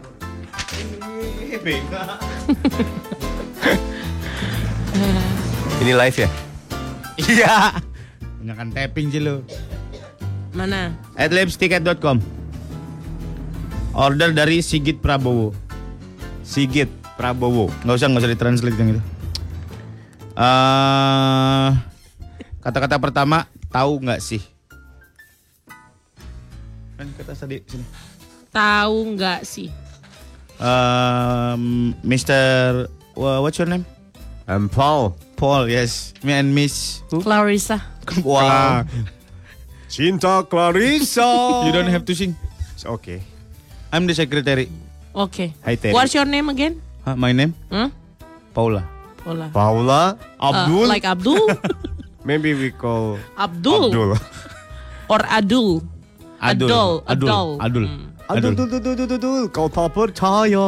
[SPEAKER 3] Ini live ya?
[SPEAKER 1] Iya. Banyakan tapping sih lo.
[SPEAKER 2] Mana?
[SPEAKER 1] Adlibsticket.com. Order dari Sigit Prabowo.
[SPEAKER 3] Sigit Prabowo.
[SPEAKER 1] Nggak usah ditranslate yang itu. Kata-kata pertama, tahu nggak sih? Kan kata tadi sini.
[SPEAKER 2] Tahu nggak sih?
[SPEAKER 1] Mr. What's your name?
[SPEAKER 3] I'm Paul.
[SPEAKER 1] Paul, yes. Me and Miss. Who?
[SPEAKER 2] Clarissa.
[SPEAKER 1] Wow.
[SPEAKER 3] Cinta Clarissa.
[SPEAKER 1] You don't have to sing.
[SPEAKER 3] It's okay.
[SPEAKER 1] I'm the secretary.
[SPEAKER 2] Okay.
[SPEAKER 3] Hi, Terry.
[SPEAKER 2] What's your name again?
[SPEAKER 1] Huh, my name?
[SPEAKER 2] Huh?
[SPEAKER 1] Paula.
[SPEAKER 2] Paula.
[SPEAKER 3] Paula. Abdul.
[SPEAKER 2] Like Abdul?
[SPEAKER 3] Maybe we call
[SPEAKER 2] Abdul.
[SPEAKER 3] Abdul.
[SPEAKER 2] Or Adul. Adul.
[SPEAKER 3] Adul. Kau tak percaya.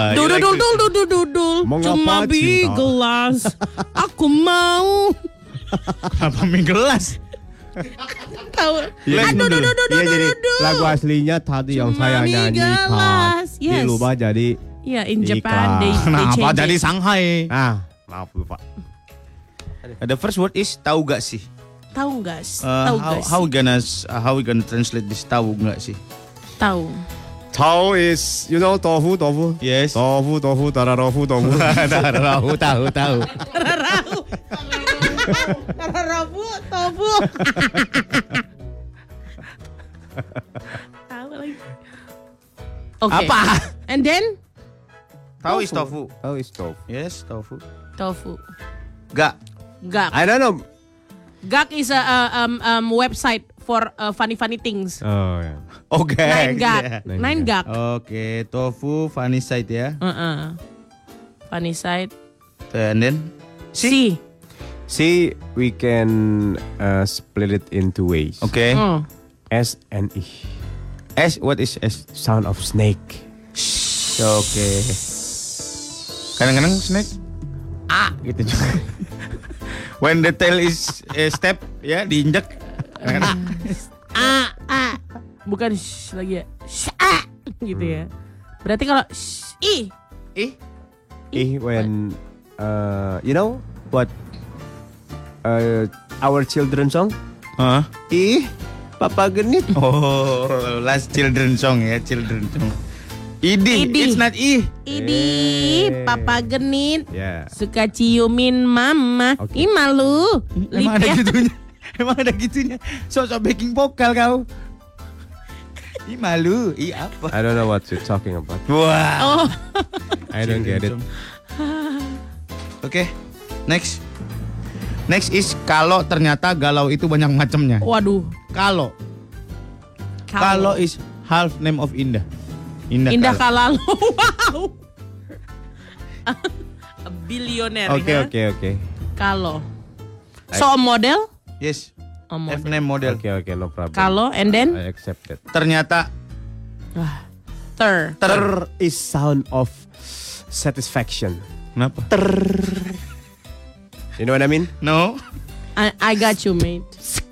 [SPEAKER 2] Dul.
[SPEAKER 3] Mengapa
[SPEAKER 2] Cuma di
[SPEAKER 3] cinta?
[SPEAKER 2] gelas. Aku mau.
[SPEAKER 1] Kenapa mie gelas?
[SPEAKER 2] Tahu.
[SPEAKER 3] Iya,
[SPEAKER 2] Aduh.
[SPEAKER 3] Iya, jadi lagu aslinya tadi yang saya
[SPEAKER 2] Cuma mie
[SPEAKER 3] nyanyikan.
[SPEAKER 2] gelas. Yes.
[SPEAKER 3] Dilubah jadi
[SPEAKER 2] Yeah, in
[SPEAKER 3] Iklan.
[SPEAKER 2] Japan they
[SPEAKER 1] Kenapa
[SPEAKER 2] change
[SPEAKER 1] jadi
[SPEAKER 2] it.
[SPEAKER 1] Shanghai?
[SPEAKER 3] maaf lupa.
[SPEAKER 1] The first word is tahu gak sih?
[SPEAKER 2] Tahu nggak sih? Tahu nggak sih?
[SPEAKER 1] How we gonna translate this tahu gak sih?
[SPEAKER 2] Tahu.
[SPEAKER 3] Tau is tofu.
[SPEAKER 1] Yes.
[SPEAKER 3] Tofu, tararafu, tofu.
[SPEAKER 1] tahu.
[SPEAKER 2] Rabu, tofu. Tahu lagi. Okay.
[SPEAKER 1] Apa?
[SPEAKER 2] And then
[SPEAKER 1] Tahu is tofu.
[SPEAKER 3] Tau is tofu.
[SPEAKER 1] Yes, tofu.
[SPEAKER 2] tofu.
[SPEAKER 1] Gak.
[SPEAKER 2] Gak.
[SPEAKER 3] I don't know.
[SPEAKER 2] Gak is a website for funny things.
[SPEAKER 3] Oh ya.
[SPEAKER 1] Oke.
[SPEAKER 2] Nine Gag.
[SPEAKER 1] Yeah.
[SPEAKER 2] Nine Gag.
[SPEAKER 1] Oke, tofu funny side ya.
[SPEAKER 2] Funny side.
[SPEAKER 1] And then
[SPEAKER 2] C.
[SPEAKER 3] See, we can split it in two ways.
[SPEAKER 1] Oke.
[SPEAKER 3] S and E.
[SPEAKER 1] S, what is S?
[SPEAKER 3] Sound of snake.
[SPEAKER 1] Oke. Kadang-kadang snake A gitu juga. When the tail is step ya diinjak. Kadang-kadang
[SPEAKER 2] A. Bukan sh lagi ya. Sh, A gitu ya. Berarti kalau sh, I.
[SPEAKER 3] E when you know what our children song?
[SPEAKER 1] Hah?
[SPEAKER 3] E Papa Genit.
[SPEAKER 1] Oh, last children song ya, children song. Idi. It's not I.
[SPEAKER 2] Idi, Papa Genit.
[SPEAKER 3] Yeah.
[SPEAKER 2] Suka ciumin mama.
[SPEAKER 3] Oke.
[SPEAKER 2] Ih malu.
[SPEAKER 1] Emang ada
[SPEAKER 2] Lipnya.
[SPEAKER 1] gitunya. Emang ada gitunya. Sosok backing vokal kau. Ih malu, ih apa?
[SPEAKER 3] I don't know what you're talking about.
[SPEAKER 1] Wah.
[SPEAKER 2] Oh.
[SPEAKER 3] I don't get it.
[SPEAKER 1] Oke, next. Next is kalau ternyata galau itu banyak macamnya.
[SPEAKER 2] Waduh.
[SPEAKER 1] Kalau is half name of Indah.
[SPEAKER 2] Indah
[SPEAKER 1] Kalau.
[SPEAKER 2] Kalalo. Wow. A billionaire.
[SPEAKER 3] Okay.
[SPEAKER 2] Kalau. So a model?
[SPEAKER 1] Yes.
[SPEAKER 2] A
[SPEAKER 1] F
[SPEAKER 2] model.
[SPEAKER 1] name model.
[SPEAKER 3] Okay, no problem.
[SPEAKER 2] Kalau and then
[SPEAKER 3] I accept it.
[SPEAKER 1] Ternyata
[SPEAKER 2] ter.
[SPEAKER 3] Ter is sound of satisfaction.
[SPEAKER 1] Kenapa?
[SPEAKER 3] You know what I mean?
[SPEAKER 1] No.
[SPEAKER 2] I got you, mate.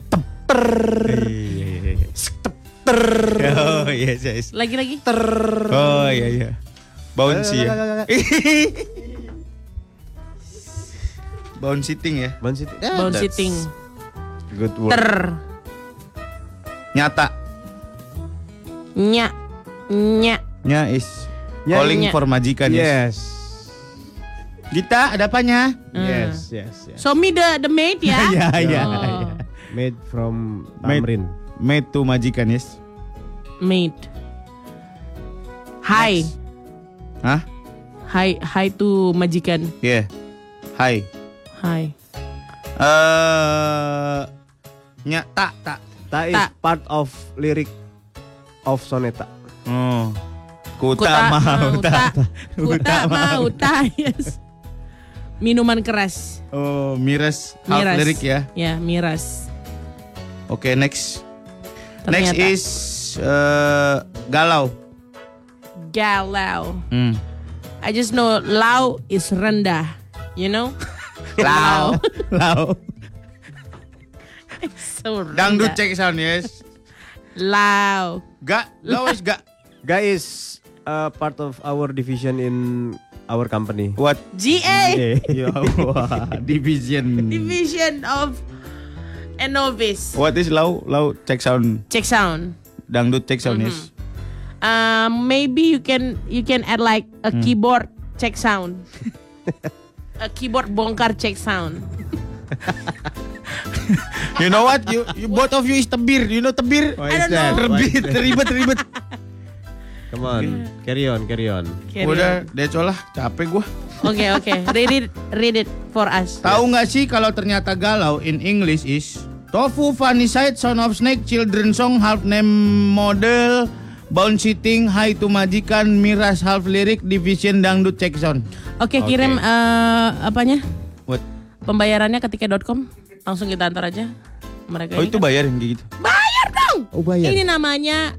[SPEAKER 1] Oh yes.
[SPEAKER 2] Lagi.
[SPEAKER 1] Oh iya. Bouncy ya. Bounce sitting ya.
[SPEAKER 3] Bounce it.
[SPEAKER 2] Bound sitting.
[SPEAKER 3] Good word.
[SPEAKER 2] Ter.
[SPEAKER 1] Nyata.
[SPEAKER 2] Nya.
[SPEAKER 1] Nya is
[SPEAKER 3] Nya.
[SPEAKER 1] calling
[SPEAKER 2] Nya.
[SPEAKER 1] for majikan.
[SPEAKER 3] Yes.
[SPEAKER 1] Gita, ada apanya?
[SPEAKER 3] Yes.
[SPEAKER 2] So me the maid ya?
[SPEAKER 1] Iya.
[SPEAKER 2] Oh.
[SPEAKER 3] Made from
[SPEAKER 1] Made.
[SPEAKER 3] tamrin.
[SPEAKER 1] Made to majikan, yes.
[SPEAKER 2] Maid. Hi.
[SPEAKER 1] Hah?
[SPEAKER 2] Hi to majikan.
[SPEAKER 1] Yeah. Hai.
[SPEAKER 2] Hi.
[SPEAKER 1] Nyata.
[SPEAKER 3] Ta is
[SPEAKER 2] Ta.
[SPEAKER 3] part of lyric of soneta.
[SPEAKER 1] Oh.
[SPEAKER 2] Kuta mau ta. Yes. Minuman keras.
[SPEAKER 1] Oh, miras. Half
[SPEAKER 2] Miras.
[SPEAKER 1] lirik ya.
[SPEAKER 2] Ya, miras.
[SPEAKER 1] Oke, next.
[SPEAKER 2] Ternyata.
[SPEAKER 1] Next is galau.
[SPEAKER 2] Galau. I just know lau is rendah. You know?
[SPEAKER 1] Lau.
[SPEAKER 2] So rendah.
[SPEAKER 1] Dangdut check sound, yes.
[SPEAKER 2] Lau.
[SPEAKER 1] Lau is gak.
[SPEAKER 3] Guys, part of our division in our company.
[SPEAKER 1] What?
[SPEAKER 2] GA.
[SPEAKER 1] Ya Allah, division.
[SPEAKER 2] Division of Enovis.
[SPEAKER 1] What is lau? Lau check sound.
[SPEAKER 2] Check sound.
[SPEAKER 1] Dangdut check sound, yes.
[SPEAKER 2] Maybe you can add like a keyboard check sound. A keyboard bongkar check sound.
[SPEAKER 1] You know what? You both of you is tebir. You know tebir?
[SPEAKER 3] What
[SPEAKER 2] I don't know.
[SPEAKER 1] Ribet.
[SPEAKER 3] Come on, carry on.
[SPEAKER 2] Carry
[SPEAKER 1] Udah, that's all lah. Capek gua.
[SPEAKER 2] Oke. Read it for us.
[SPEAKER 1] Tahu nggak sih kalau ternyata galau in English is tofu, funny side, sound of snake, children song, half name model, bound sitting, hi to majikan, miras, half lirik, division, dangdut, check sound.
[SPEAKER 2] Oke, kirim apanya?
[SPEAKER 1] What?
[SPEAKER 2] Pembayarannya ketika.com. Langsung kita antar aja. Mereka
[SPEAKER 1] Oh itu bayarin kayak gitu?
[SPEAKER 2] Bayar dong.
[SPEAKER 1] Oh bayar.
[SPEAKER 2] Ini namanya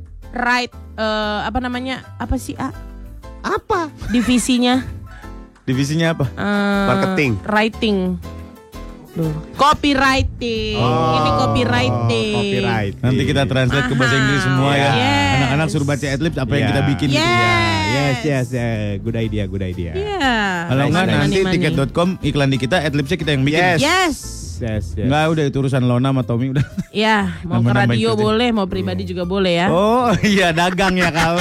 [SPEAKER 2] apa sih A?
[SPEAKER 1] Apa?
[SPEAKER 2] Divisinya
[SPEAKER 1] Divisinya apa?
[SPEAKER 3] Marketing.
[SPEAKER 2] Writing. Copywriting. Ini copywriting.
[SPEAKER 3] Copyright.
[SPEAKER 1] Nanti kita translate ke bahasa Inggris semua ya.
[SPEAKER 2] Yes.
[SPEAKER 1] Anak-anak suruh baca adlibs apa yang kita bikin gitu.
[SPEAKER 2] Yes.
[SPEAKER 3] Yes. Good idea.
[SPEAKER 2] Iya.
[SPEAKER 1] Kalau enggak nanti
[SPEAKER 2] Money.
[SPEAKER 1] tiket.com iklan di kita, adlibsnya kita yang bikin.
[SPEAKER 3] Yes.
[SPEAKER 2] Yes.
[SPEAKER 1] Enggak, udah itu urusan Lona sama Tommy udah.
[SPEAKER 2] Ya, mau ke
[SPEAKER 1] Nambah-nambahin
[SPEAKER 2] radio
[SPEAKER 1] kerja.
[SPEAKER 2] boleh, mau pribadi juga boleh ya.
[SPEAKER 1] Oh iya dagang ya kau.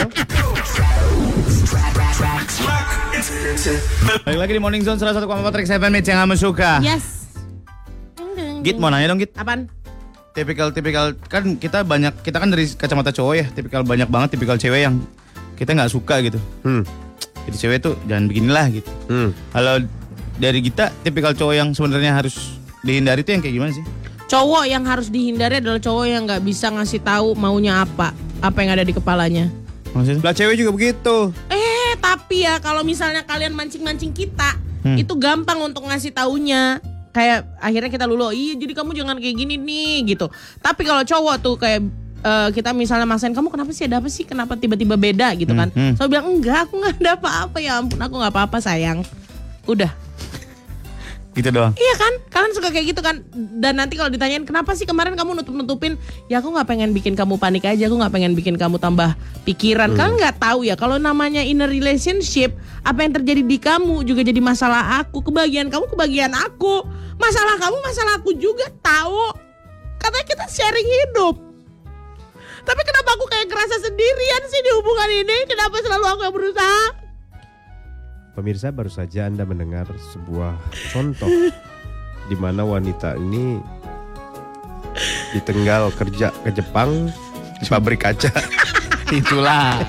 [SPEAKER 1] Balik lagi di Morning Zone 101,4 Trax FM yang kamu suka.
[SPEAKER 2] Yes.
[SPEAKER 1] Git mau nanya dong Git.
[SPEAKER 2] Apaan?
[SPEAKER 1] Tipikal kan kita kan dari kacamata cowok ya, tipikal banyak banget tipikal cewek yang kita nggak suka gitu. Jadi cewek tuh jangan beginilah gitu. Kalau dari kita tipikal cowok yang sebenarnya harus dihindari tuh yang kayak gimana sih?
[SPEAKER 2] Cowok yang harus dihindari adalah cowok yang nggak bisa ngasih tahu maunya apa yang ada di kepalanya.
[SPEAKER 1] Maksudnya?
[SPEAKER 3] Lah cewek juga begitu.
[SPEAKER 2] Tapi ya kalau misalnya kalian mancing-mancing kita, itu gampang untuk ngasih taunya. Kayak akhirnya kita lulu, iya jadi kamu jangan kayak gini nih gitu. Tapi kalau cowok tuh kayak kita misalnya maksain, kamu kenapa sih, ada apa sih, kenapa tiba-tiba beda gitu kan. So bilang enggak, aku gak ada apa-apa, ya ampun aku gak apa-apa sayang. Udah.
[SPEAKER 1] Gitu doang.
[SPEAKER 2] Iya kan, kalian suka kayak gitu kan. Dan nanti kalau ditanyain kenapa sih kemarin kamu nutup-nutupin, ya aku gak pengen bikin kamu panik aja, aku gak pengen bikin kamu tambah pikiran. Kalian gak tahu ya kalau namanya in a relationship, apa yang terjadi di kamu juga jadi masalah aku, kebahagiaan kamu kebahagiaan aku, masalah kamu masalah aku juga, tahu. Katanya kita sharing hidup. Tapi kenapa aku kayak ngerasa sendirian sih di hubungan ini? Kenapa selalu aku yang berusaha?
[SPEAKER 3] Pemirsa, baru saja Anda mendengar sebuah contoh di mana wanita ini ditenggal kerja ke Jepang di pabrik kaca.
[SPEAKER 1] Itulah.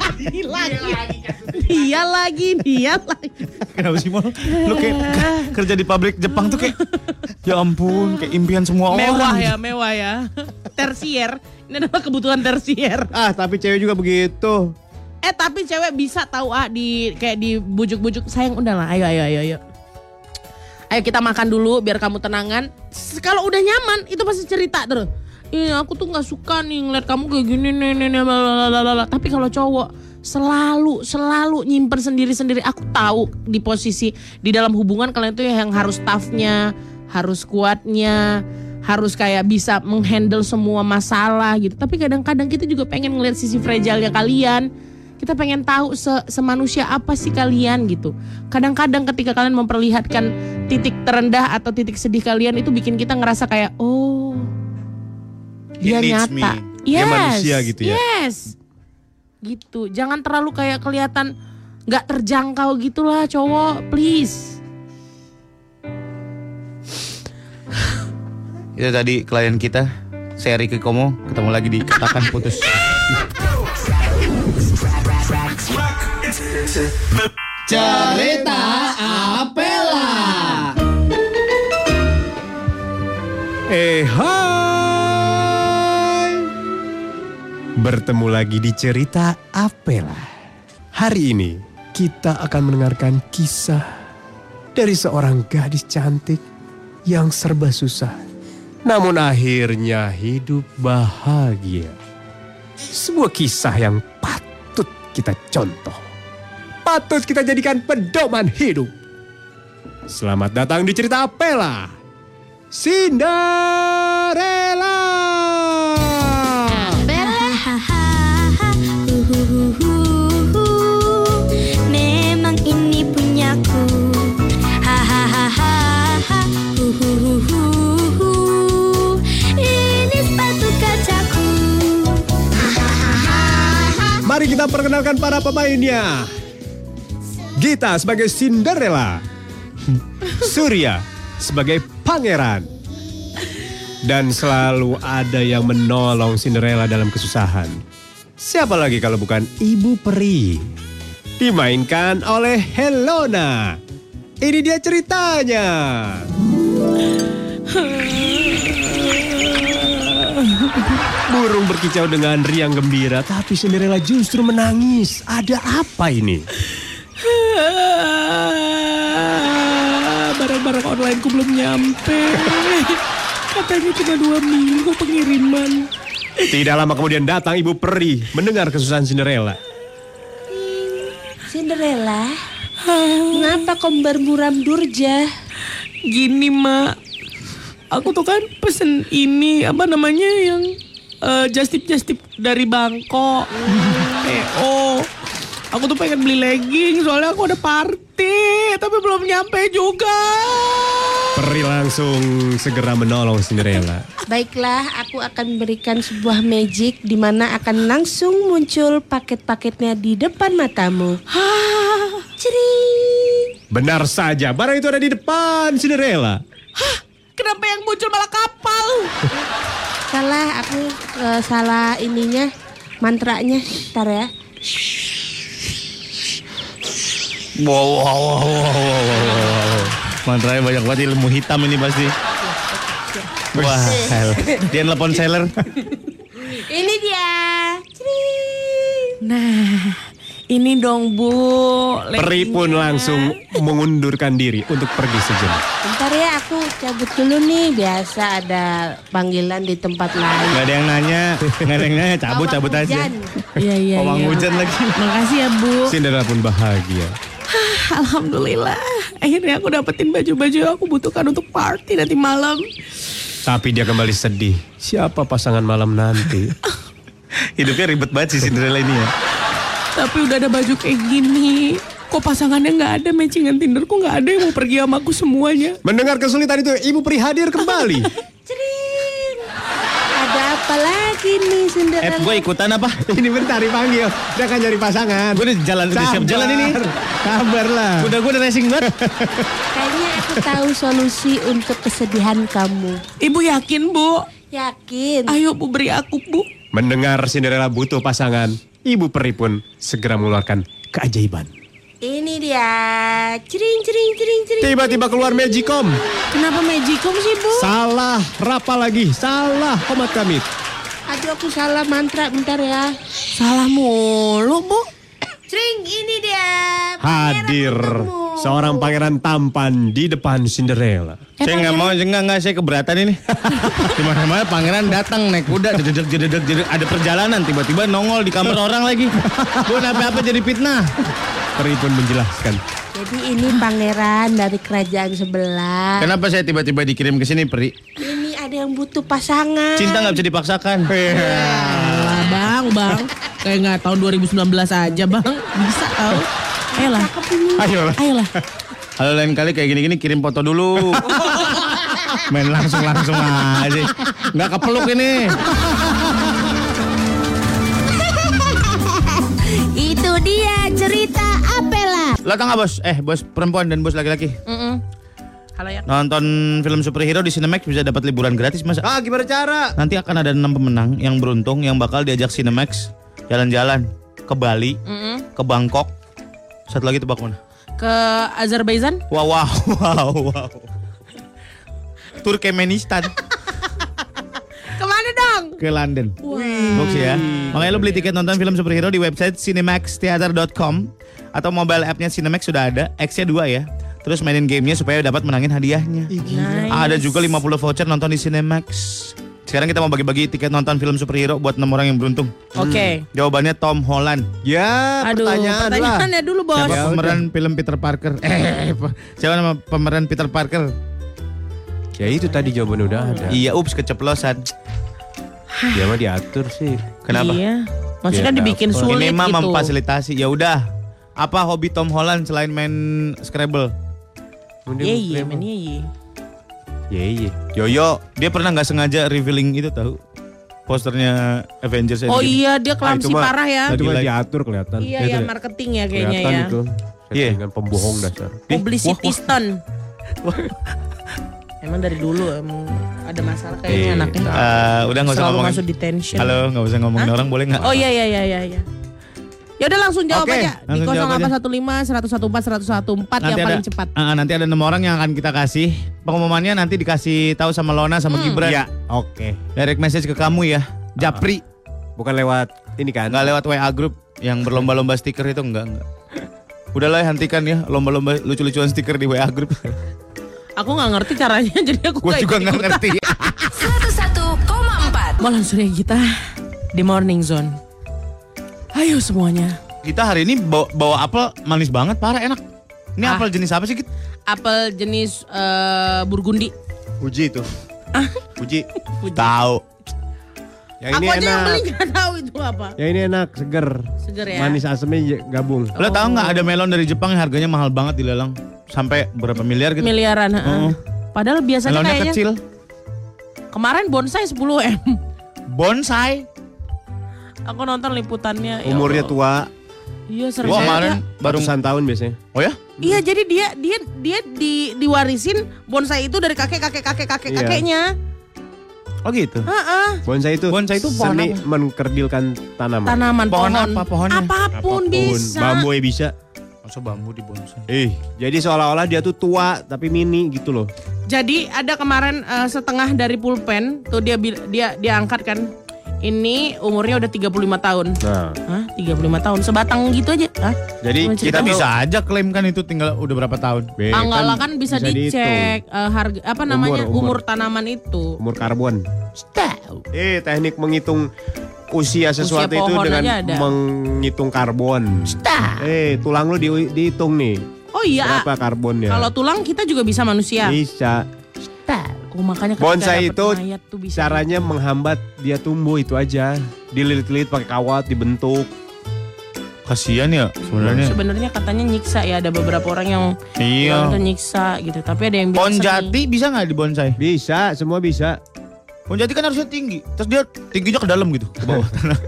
[SPEAKER 2] Dia lagi.
[SPEAKER 1] Kenapa sih Mol? Lu kayak kerja di pabrik Jepang tuh kayak ya ampun, kayak impian semua orang.
[SPEAKER 2] Mewah ya. Tersier. Ini adalah kebutuhan tersier.
[SPEAKER 3] Tapi cewek juga begitu.
[SPEAKER 2] Tapi cewek bisa tahu kayak dibujuk-bujuk, sayang udahlah, ayo. Ayo kita makan dulu biar kamu tenangan. Kalau udah nyaman itu pasti cerita terus. Iya aku tuh nggak suka nih ngeliat kamu kayak gini nih. Tapi kalau cowok selalu nyimpen sendiri. Aku tahu di posisi di dalam hubungan kalian tuh yang harus toughnya, harus kuatnya, harus kayak bisa menghandle semua masalah gitu. Tapi kadang-kadang kita juga pengen ngeliat sisi fragile-nya kalian. Kita pengen tahu semanusia apa sih kalian gitu. Kadang-kadang ketika kalian memperlihatkan titik terendah atau titik sedih kalian, itu bikin kita ngerasa kayak dia nyata.
[SPEAKER 3] Dia manusia gitu ya.
[SPEAKER 2] Yes. Gitu. Jangan terlalu kayak kelihatan gak terjangkau gitulah cowok, please.
[SPEAKER 1] Itu tadi klien kita, Seri Kikomo, ketemu lagi di Katakan Putus. Cerita Apela.
[SPEAKER 3] Hai. Bertemu lagi di Cerita Apela. Hari ini kita akan mendengarkan kisah dari seorang gadis cantik yang serba susah, namun akhirnya hidup bahagia. Sebuah kisah yang patut kita contoh, patut kita jadikan pedoman hidup. Selamat datang di Cerita Apela, Cinderella.
[SPEAKER 4] Memang ini punyaku. Ini sepatu kacaku.
[SPEAKER 3] Mari kita perkenalkan para pemainnya. Gita sebagai Cinderella, Surya sebagai pangeran, dan selalu ada yang menolong Cinderella dalam kesusahan. Siapa lagi kalau bukan Ibu Peri, dimainkan oleh Helona. Ini dia ceritanya. Burung berkicau dengan riang gembira, tapi Cinderella justru menangis. Ada apa ini?
[SPEAKER 2] Barang-barang online ku belum nyampe. Katanya cuma 2 minggu pengiriman.
[SPEAKER 3] Tidak lama kemudian datang Ibu Peri mendengar kesusahan Cinderella.
[SPEAKER 5] Cinderella, mengapa kau bermuram durja?
[SPEAKER 2] Gini Mak, aku tuh kan pesen ini apa namanya yang just tip dari Bangkok. Aku tuh pengen beli legging soalnya aku ada party tapi belum nyampe juga.
[SPEAKER 3] Peri langsung segera menolong Cinderella.
[SPEAKER 5] Baiklah, aku akan berikan sebuah magic di mana akan langsung muncul paket-paketnya di depan matamu. Cering.
[SPEAKER 3] Benar saja, barang itu ada di depan Cinderella.
[SPEAKER 2] Kenapa yang muncul malah kapal?
[SPEAKER 5] Salah, aku salah ininya, mantranya. Ntar ya.
[SPEAKER 1] Wow. Mantranya banyak banget, ilmu hitam ini pasti. Wah, dia nelpon seller.
[SPEAKER 5] Ini dia. Cering.
[SPEAKER 2] Nah, ini dong Bu.
[SPEAKER 3] Peri pun langsung mengundurkan diri untuk pergi sejenak.
[SPEAKER 5] Bentar ya, aku cabut dulu nih. Biasa ada panggilan di tempat lain.
[SPEAKER 1] Gak ada yang nanya, cabut aja.
[SPEAKER 2] Iya.
[SPEAKER 1] Omang hujan lagi.
[SPEAKER 2] Makasih ya Bu.
[SPEAKER 3] Cinderella pun bahagia.
[SPEAKER 2] Alhamdulillah. Akhirnya aku dapetin baju-baju yang aku butuhkan untuk party nanti malam.
[SPEAKER 3] Tapi dia kembali sedih. Siapa pasangan malam nanti?
[SPEAKER 1] Hidupnya ribet banget sih Cinderella ini ya.
[SPEAKER 2] Tapi udah ada baju kayak gini. Kok pasangannya gak ada, matchingan Tinderku gak ada yang mau pergi sama aku semuanya.
[SPEAKER 3] Mendengar kesulitan itu, Ibu Peri hadir kembali.
[SPEAKER 5] Cering. Ada apa lagi nih Cinderella?
[SPEAKER 1] Gue ikutan apa?
[SPEAKER 3] Ini bentar dipanggil. Dia akan cari pasangan.
[SPEAKER 1] Gue udah siap jalan ini.
[SPEAKER 3] Kabar lah.
[SPEAKER 1] Gue udah racing banget.
[SPEAKER 5] Kayaknya aku tahu solusi untuk kesedihan kamu.
[SPEAKER 2] Ibu yakin Bu?
[SPEAKER 5] Yakin?
[SPEAKER 2] Ayo Bu, beri aku Bu.
[SPEAKER 3] Mendengar Cinderella butuh pasangan, Ibu Peri pun segera mengeluarkan keajaiban.
[SPEAKER 5] Ini dia. Cering.
[SPEAKER 3] Tiba-tiba keluar Magicom.
[SPEAKER 2] Kenapa Magicom sih Bu?
[SPEAKER 3] Salah, rapa lagi. Salah, komat kamit.
[SPEAKER 5] Aduh, aku salah mantra. Bentar ya.
[SPEAKER 2] Salah mulu Bu.
[SPEAKER 5] Cering, ini dia.
[SPEAKER 3] Hadir seorang pangeran tampan di depan Cinderella.
[SPEAKER 1] Saya nggak mau, saya keberatan ini. Di mana-mana pangeran datang naik kuda, jedek, ada perjalanan tiba-tiba nongol di kamar orang lagi. Gue apa jadi fitnah.
[SPEAKER 3] Peri pun menjelaskan.
[SPEAKER 5] Jadi ini pangeran dari kerajaan sebelah.
[SPEAKER 1] Kenapa saya tiba-tiba dikirim ke sini, Peri?
[SPEAKER 5] Ini ada yang butuh pasangan.
[SPEAKER 1] Cinta nggak bisa dipaksakan.
[SPEAKER 2] Bang. Kayak nggak tahun 2019 aja Bang. Bisa tau. Ayolah.
[SPEAKER 1] Halo, lain kali kayak gini-gini kirim foto dulu. Main langsung aja. Nggak kepeluk ini.
[SPEAKER 6] Itu dia cerita Apela.
[SPEAKER 1] Lo tau gak bos? Bos perempuan dan bos laki-laki.
[SPEAKER 2] Halo ya.
[SPEAKER 1] Nonton film superhero di Cinemax bisa dapat liburan gratis mas.
[SPEAKER 3] Gimana cara?
[SPEAKER 1] Nanti akan ada 6 pemenang yang beruntung yang bakal diajak Cinemax jalan-jalan ke Bali, ke Bangkok. Satu lagi tebak mana?
[SPEAKER 2] Ke Azerbaijan?
[SPEAKER 1] Wow. Turkmenistan.
[SPEAKER 2] Kemana dong?
[SPEAKER 1] Ke London. Box ya. Makanya lo beli tiket nonton film superhero di website cinemaxtheater.com atau mobile appnya Cinemax sudah ada. X-nya 2 ya. Terus mainin gamenya supaya dapat menangin hadiahnya.
[SPEAKER 2] Nice.
[SPEAKER 1] Ada juga 50 voucher nonton di Cinemax. Sekarang kita mau bagi-bagi tiket nonton film superhero buat 6 orang yang beruntung.
[SPEAKER 2] Oke.
[SPEAKER 1] Jawabannya Tom Holland.
[SPEAKER 3] Ya,
[SPEAKER 2] Aduh, pertanyaannya dulu bos.
[SPEAKER 1] Siapa pemeran film Peter Parker? Siapa nama pemeran Peter Parker?
[SPEAKER 3] Ya itu tadi jawabannya udah ada.
[SPEAKER 1] Iya, ups keceplosan.
[SPEAKER 3] Dia mah diatur sih.
[SPEAKER 1] Kenapa?
[SPEAKER 2] Iya. Maksudnya
[SPEAKER 3] Biar
[SPEAKER 2] dibikin
[SPEAKER 3] dapet.
[SPEAKER 2] sulit
[SPEAKER 1] Ini mah
[SPEAKER 2] gitu.
[SPEAKER 1] memfasilitasi. Ya udah. Apa hobi Tom Holland selain main Scrabble?
[SPEAKER 2] Iya, main iya.
[SPEAKER 3] Iya.
[SPEAKER 1] Yoyo, dia pernah nggak sengaja revealing itu tahu posternya Avengers.
[SPEAKER 2] Oh iya, dia kelamsi
[SPEAKER 3] Itu mah-
[SPEAKER 2] parah ya.
[SPEAKER 3] Tadi mah
[SPEAKER 1] Gila.
[SPEAKER 3] diatur kelihatan.
[SPEAKER 2] Iya, ya marketing ya kayaknya
[SPEAKER 3] Kelihatan
[SPEAKER 2] ya.
[SPEAKER 3] itu.
[SPEAKER 1] Iya.
[SPEAKER 3] Dengan pembohong dasar.
[SPEAKER 2] Publicity stunt. Emang dari dulu emang ada masalah kayaknya anaknya.
[SPEAKER 1] Udah nggak usah
[SPEAKER 2] Selalu
[SPEAKER 1] ngomongin.
[SPEAKER 2] masuk detention.
[SPEAKER 1] Halo, nggak usah ngomongin orang boleh nggak?
[SPEAKER 2] Oh iya. Ya udah langsung jawab
[SPEAKER 3] Oke,
[SPEAKER 2] aja di
[SPEAKER 1] langsung jawab
[SPEAKER 2] 0815 114 114 yang paling cepat.
[SPEAKER 1] Nanti ada 6 orang yang akan kita kasih. Pengumumannya nanti dikasih tahu sama Lona sama Gibran.
[SPEAKER 3] Iya, oke.
[SPEAKER 1] Direct message ke kamu ya. Japri.
[SPEAKER 3] Bukan lewat ini kan?
[SPEAKER 1] Enggak lewat WA group yang berlomba-lomba stiker itu enggak. Udahlah hentikan ya lomba-lomba lucu-lucuan stiker di WA group.
[SPEAKER 2] Aku nggak ngerti caranya, jadi aku
[SPEAKER 1] Gue juga nggak ngerti.
[SPEAKER 6] 101,4.
[SPEAKER 2] Malam surya kita di Morning Zone. Ayo semuanya.
[SPEAKER 1] Kita hari ini bawa apel manis banget, parah enak. Ini apel jenis apa sih, Kit?
[SPEAKER 2] Apel jenis Burgundi.
[SPEAKER 3] Uji itu. Uji.
[SPEAKER 1] Tahu.
[SPEAKER 3] Yang
[SPEAKER 2] Aku
[SPEAKER 3] ini
[SPEAKER 2] aja yang
[SPEAKER 3] enak.
[SPEAKER 2] beli nggak tahu itu apa.
[SPEAKER 3] Yang ini enak, seger.
[SPEAKER 2] Seger ya.
[SPEAKER 3] Manis asemnya gabung.
[SPEAKER 1] Lo tahu nggak ada melon dari Jepang yang harganya mahal banget di lelang, sampai berapa miliar gitu?
[SPEAKER 2] Miliaran. Padahal biasanya
[SPEAKER 1] Melonnya
[SPEAKER 2] kayaknya
[SPEAKER 1] kecil.
[SPEAKER 2] kemarin bonsai 10 M.
[SPEAKER 1] Bonsai.
[SPEAKER 2] Aku nonton liputannya. ya
[SPEAKER 3] Umurnya
[SPEAKER 2] Allah.
[SPEAKER 3] tua,
[SPEAKER 2] Iya serem
[SPEAKER 1] Wah,
[SPEAKER 2] banget
[SPEAKER 1] kemarin
[SPEAKER 2] ya.
[SPEAKER 1] baru.
[SPEAKER 3] ratusan tahun biasanya.
[SPEAKER 1] Oh ya?
[SPEAKER 2] Iya jadi dia diwarisin bonsai itu dari kakeknya.
[SPEAKER 1] Oh gitu.
[SPEAKER 3] Bonsai itu
[SPEAKER 1] pohon
[SPEAKER 3] seni
[SPEAKER 1] apa?
[SPEAKER 3] mengkerdilkan tanaman.
[SPEAKER 2] Tanaman
[SPEAKER 1] Pohon apa pohonnya?
[SPEAKER 2] Apapun bisa.
[SPEAKER 3] Bambu ya bisa.
[SPEAKER 1] Masa bambu di bonsai?
[SPEAKER 3] Jadi seolah-olah dia tuh tua tapi mini gitu loh.
[SPEAKER 2] Jadi ada kemarin setengah dari pulpen tuh dia angkat kan. Ini umurnya udah 35 tahun.
[SPEAKER 3] Nah,
[SPEAKER 2] Hah? 35 tahun sebatang gitu aja. Hah?
[SPEAKER 3] jadi
[SPEAKER 2] Cuma
[SPEAKER 1] Kita
[SPEAKER 2] cerita
[SPEAKER 1] bisa aja klaim kan itu tinggal udah berapa tahun.
[SPEAKER 2] Enggak lah kan bisa dicek harga apa namanya
[SPEAKER 3] Umur.
[SPEAKER 2] umur tanaman itu.
[SPEAKER 3] Umur karbon. Teknik menghitung usia sesuatu itu
[SPEAKER 2] pohon
[SPEAKER 3] dengan
[SPEAKER 2] aja ada.
[SPEAKER 3] menghitung karbon. Tulang lu dihitung nih.
[SPEAKER 2] Oh iya.
[SPEAKER 3] Berapa karbonnya?
[SPEAKER 2] Kalau tulang kita juga bisa manusia.
[SPEAKER 3] Bisa.
[SPEAKER 2] Oh makanya ketika
[SPEAKER 3] Bonsai
[SPEAKER 2] dapet
[SPEAKER 3] itu
[SPEAKER 2] mayat tuh bisa.
[SPEAKER 3] caranya menghambat dia tumbuh itu aja. Dililit-lilit pakai kawat, dibentuk.
[SPEAKER 1] Kasian ya sebenarnya.
[SPEAKER 2] Sebenarnya katanya nyiksa ya, ada beberapa orang yang
[SPEAKER 1] Iya.
[SPEAKER 2] bilang itu nyiksa gitu. Tapi ada yang bilang
[SPEAKER 1] Pohon
[SPEAKER 2] seni.
[SPEAKER 1] jati bisa nggak di bonsai?
[SPEAKER 3] Bisa, semua bisa.
[SPEAKER 1] Pohon jati kan harusnya tinggi. Terus dia tingginya ke dalam gitu, ke bawah tanah.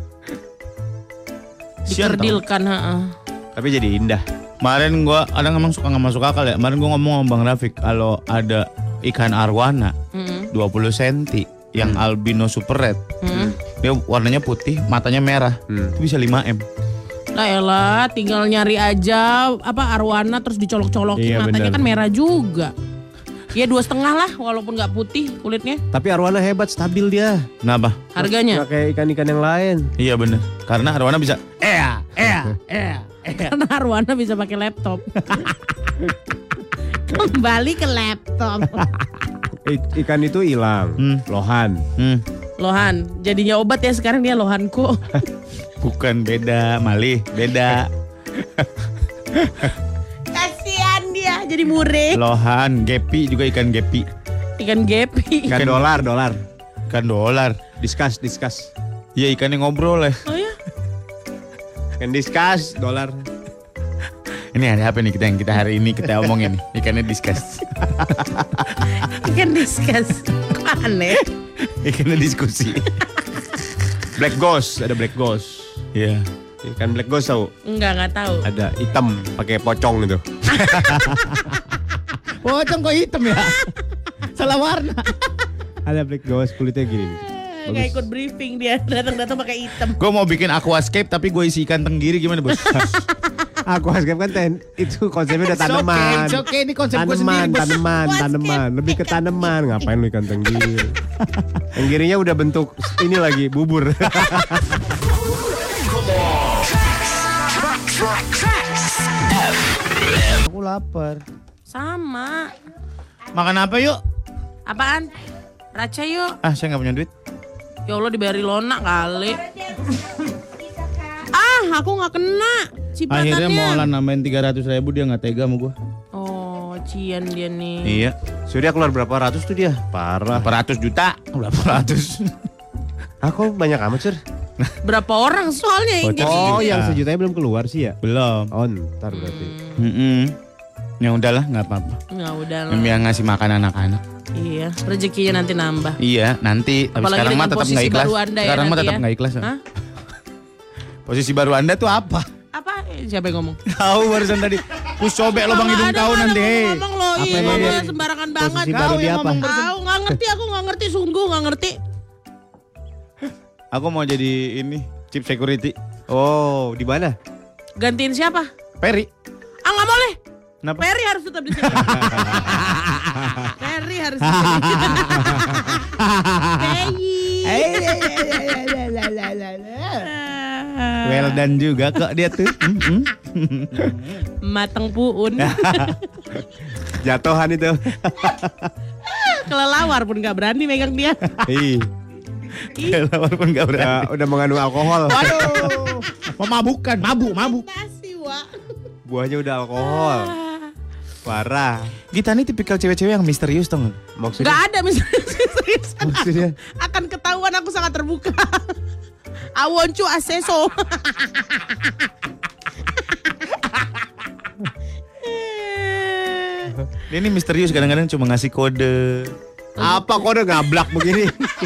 [SPEAKER 1] Sian tau.
[SPEAKER 2] Dikerdilkan, heeh.
[SPEAKER 3] Tapi jadi indah.
[SPEAKER 1] Kemarin gua kadang emang suka nggak masuk akal ya. Kemarin gua ngomong sama Bang Rafiq kalau ada ikan arwana 20 cm yang albino super red. Dia warnanya putih, matanya merah. Itu bisa 5 M.
[SPEAKER 2] Lah elah, tinggal nyari aja apa arwana terus dicolok-colokin
[SPEAKER 3] Iya,
[SPEAKER 2] matanya
[SPEAKER 3] benar.
[SPEAKER 2] kan merah juga. Ya 2,5 lah walaupun nggak putih kulitnya.
[SPEAKER 3] Tapi arwana hebat, stabil dia.
[SPEAKER 1] Kenapa?
[SPEAKER 2] Harganya
[SPEAKER 3] Nggak kayak ikan-ikan yang lain.
[SPEAKER 1] Iya bener. Karena arwana bisa
[SPEAKER 2] karena arwana bisa pakai laptop. Kembali ke laptop.
[SPEAKER 3] Ikan itu hilang, lohan.
[SPEAKER 2] Lohan, jadinya obat ya sekarang dia lohanku.
[SPEAKER 1] Bukan beda, malih beda.
[SPEAKER 2] Kasihan dia jadi murih.
[SPEAKER 1] Lohan, gepi juga ikan gepi.
[SPEAKER 2] Ikan gepi.
[SPEAKER 3] Ikan dolar.
[SPEAKER 1] Ikan dolar.
[SPEAKER 3] Diskus.
[SPEAKER 1] Iya ikan yang ngobrol ya.
[SPEAKER 2] Oh ya.
[SPEAKER 3] Ikan diskus, dolar.
[SPEAKER 1] Ini ada apa nih kita hari ini kita omongin nih. Ikannya diskus.
[SPEAKER 2] Ikan diskus. Kok aneh.
[SPEAKER 1] Ikannya diskusi.
[SPEAKER 3] Black ghost, ada black ghost.
[SPEAKER 1] Iya.
[SPEAKER 3] Ikan black ghost tau?
[SPEAKER 2] Enggak tahu.
[SPEAKER 3] Ada hitam pakai pocong gitu.
[SPEAKER 1] Pocong kok hitam ya? Salah warna.
[SPEAKER 3] Ada black ghost kulitnya gini.
[SPEAKER 2] Nggak ikut briefing dia, datang pakai hitam.
[SPEAKER 1] Gue mau bikin aquascape tapi gue isi ikan tenggiri gimana bos?
[SPEAKER 3] Aquascape kan itu konsepnya udah tanaman.
[SPEAKER 1] It's okay, ini konsep gue sendiri bos.
[SPEAKER 3] Tanaman. Lebih ke tanaman. Ngapain lu ikan tenggiri? Tenggirinya udah bentuk ini lagi, bubur.
[SPEAKER 1] Aku lapar.
[SPEAKER 2] Sama.
[SPEAKER 1] Makan apa yuk?
[SPEAKER 2] Apaan? Raca yuk.
[SPEAKER 1] Ah saya gak punya duit.
[SPEAKER 2] Ya Allah dibayari Lona kali. Ah, aku nggak kena cipratannya.
[SPEAKER 1] Akhirnya mau Olan nambahin 300.000 dia gak tega sama gue.
[SPEAKER 2] Oh, cian dia nih.
[SPEAKER 1] Iya.
[SPEAKER 3] Surya keluar berapa ratus tuh dia? Parah.
[SPEAKER 1] 800 juta. Berapa ratus?
[SPEAKER 3] Aku banyak amat, Sur.
[SPEAKER 2] Berapa orang soalnya yang jadi
[SPEAKER 3] Oh,
[SPEAKER 2] ini?
[SPEAKER 3] yang sejutanya belum keluar sih ya?
[SPEAKER 1] Belum.
[SPEAKER 3] Oh, ntar berarti.
[SPEAKER 1] Ya udahlah nggak apa-apa.
[SPEAKER 2] Nggak udah lah.
[SPEAKER 1] Yang biar ngasih makan anak-anak.
[SPEAKER 2] Iya, rezekinya nanti nambah.
[SPEAKER 1] Iya nanti. Tapi
[SPEAKER 2] Apalagi
[SPEAKER 1] sekarang mah
[SPEAKER 2] dengan
[SPEAKER 1] tetap
[SPEAKER 2] posisi
[SPEAKER 1] nggak ikhlas.
[SPEAKER 2] baru Anda ya
[SPEAKER 1] Sekarang mah
[SPEAKER 2] nanti
[SPEAKER 1] tetap
[SPEAKER 2] ya.
[SPEAKER 1] nggak ikhlas.
[SPEAKER 2] Hah?
[SPEAKER 1] Posisi baru Anda tuh apa?
[SPEAKER 2] Apa? Siapa yang ngomong?
[SPEAKER 1] Tahu barusan tadi. Ku sobek lubang hidung kau nanti.
[SPEAKER 2] Ngomong lo,
[SPEAKER 3] Apa
[SPEAKER 2] iya
[SPEAKER 3] emang
[SPEAKER 2] ngomongnya
[SPEAKER 3] dia?
[SPEAKER 2] sembarangan banget.
[SPEAKER 3] Posisi baru dia apa?
[SPEAKER 2] Tahu nggak ngerti, aku nggak ngerti, sungguh nggak ngerti.
[SPEAKER 1] Aku mau jadi ini chief security.
[SPEAKER 3] Oh, di mana?
[SPEAKER 2] Gantiin siapa?
[SPEAKER 1] Peri.
[SPEAKER 2] Ah nggak boleh.
[SPEAKER 1] Kenapa?
[SPEAKER 2] Peri harus tetap di sini. Peri harus di sini.
[SPEAKER 1] Well done juga kok dia tuh.
[SPEAKER 2] Mateng puun.
[SPEAKER 3] Jatuhan itu.
[SPEAKER 2] Kelelawar pun nggak berani megang dia.
[SPEAKER 1] Walaupun gak berani.
[SPEAKER 3] Udah mengandung alkohol.
[SPEAKER 1] Waduh. Memabukkan, mabuk.
[SPEAKER 2] Kasih, Wak.
[SPEAKER 3] Buahnya udah alkohol. Parah.
[SPEAKER 1] Gita nih tipikal cewek-cewek yang misterius tau gak?
[SPEAKER 3] Maksudnya?
[SPEAKER 2] Gak ada misalnya serius.
[SPEAKER 3] Maksudnya?
[SPEAKER 2] Akan ketahuan aku sangat terbuka. I want you aseso.
[SPEAKER 1] Dia ini misterius kadang-kadang cuma ngasih kode.
[SPEAKER 3] Apa kode ngablak begini?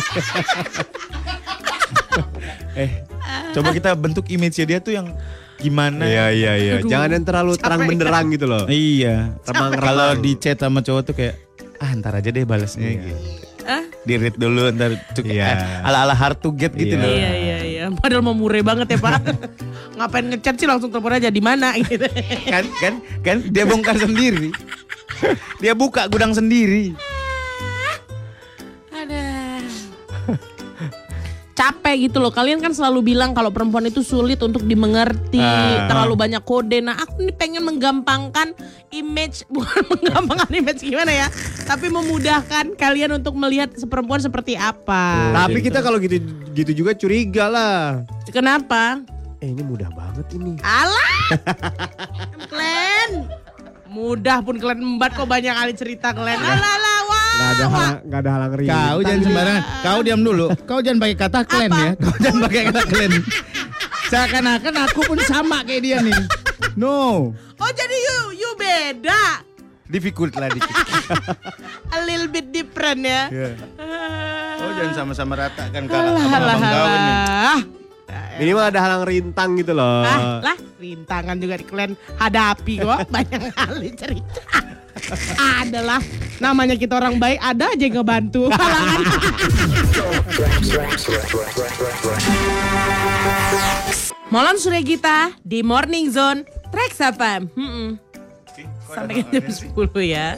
[SPEAKER 1] Coba kita bentuk image dia tuh yang gimana?
[SPEAKER 3] Iya. Jangan yang terlalu terang benderang gitu loh.
[SPEAKER 1] Iya.
[SPEAKER 3] Remang-remang.
[SPEAKER 1] Kalau di chat sama cowok tuh kayak ntar aja deh balasnya gitu. Di read dulu ntar ala-ala hard to get gitu loh.
[SPEAKER 2] Iya. Padahal mau murah banget ya Pak. Ngapain ngechat sih langsung telepon aja di mana gitu.
[SPEAKER 1] Kan dia bongkar sendiri. Dia buka gudang sendiri.
[SPEAKER 2] Capek gitu loh. Kalian kan selalu bilang kalau perempuan itu sulit untuk dimengerti, terlalu banyak kode. Nah, aku nih pengen menggampangkan image, bukan menggampangkan image gimana ya, tapi memudahkan kalian untuk melihat perempuan seperti apa.
[SPEAKER 3] Tapi kita kalau gitu juga curiga lah.
[SPEAKER 2] Kenapa?
[SPEAKER 3] Ini mudah banget ini.
[SPEAKER 2] Alah, Glenn. Mudah pun kalian embat kok banyak kali cerita kalian. Alah, wah.
[SPEAKER 3] Gak ada halang rintang.
[SPEAKER 1] Kau jangan sembarangan. Kau diam dulu. Kau jangan pakai kata klan ya. Kau jangan pakai kata klan. Seakan-akan aku pun sama kayak dia nih. No.
[SPEAKER 2] Oh jadi you beda.
[SPEAKER 1] Difficult lah dikit.
[SPEAKER 2] A little bit different ya.
[SPEAKER 1] Oh jangan sama-sama rata kan kalau abang kau nih.
[SPEAKER 3] Minimal ada halang rintang gitu loh.
[SPEAKER 2] Lah rintangan juga di kalian hadapi kok. Banyak kali cerita. Adalah namanya kita orang baik, ada aja yang ngebantu. Molan Surya Gita di Morning Zone Trax FM. Sampai jam 10 ya.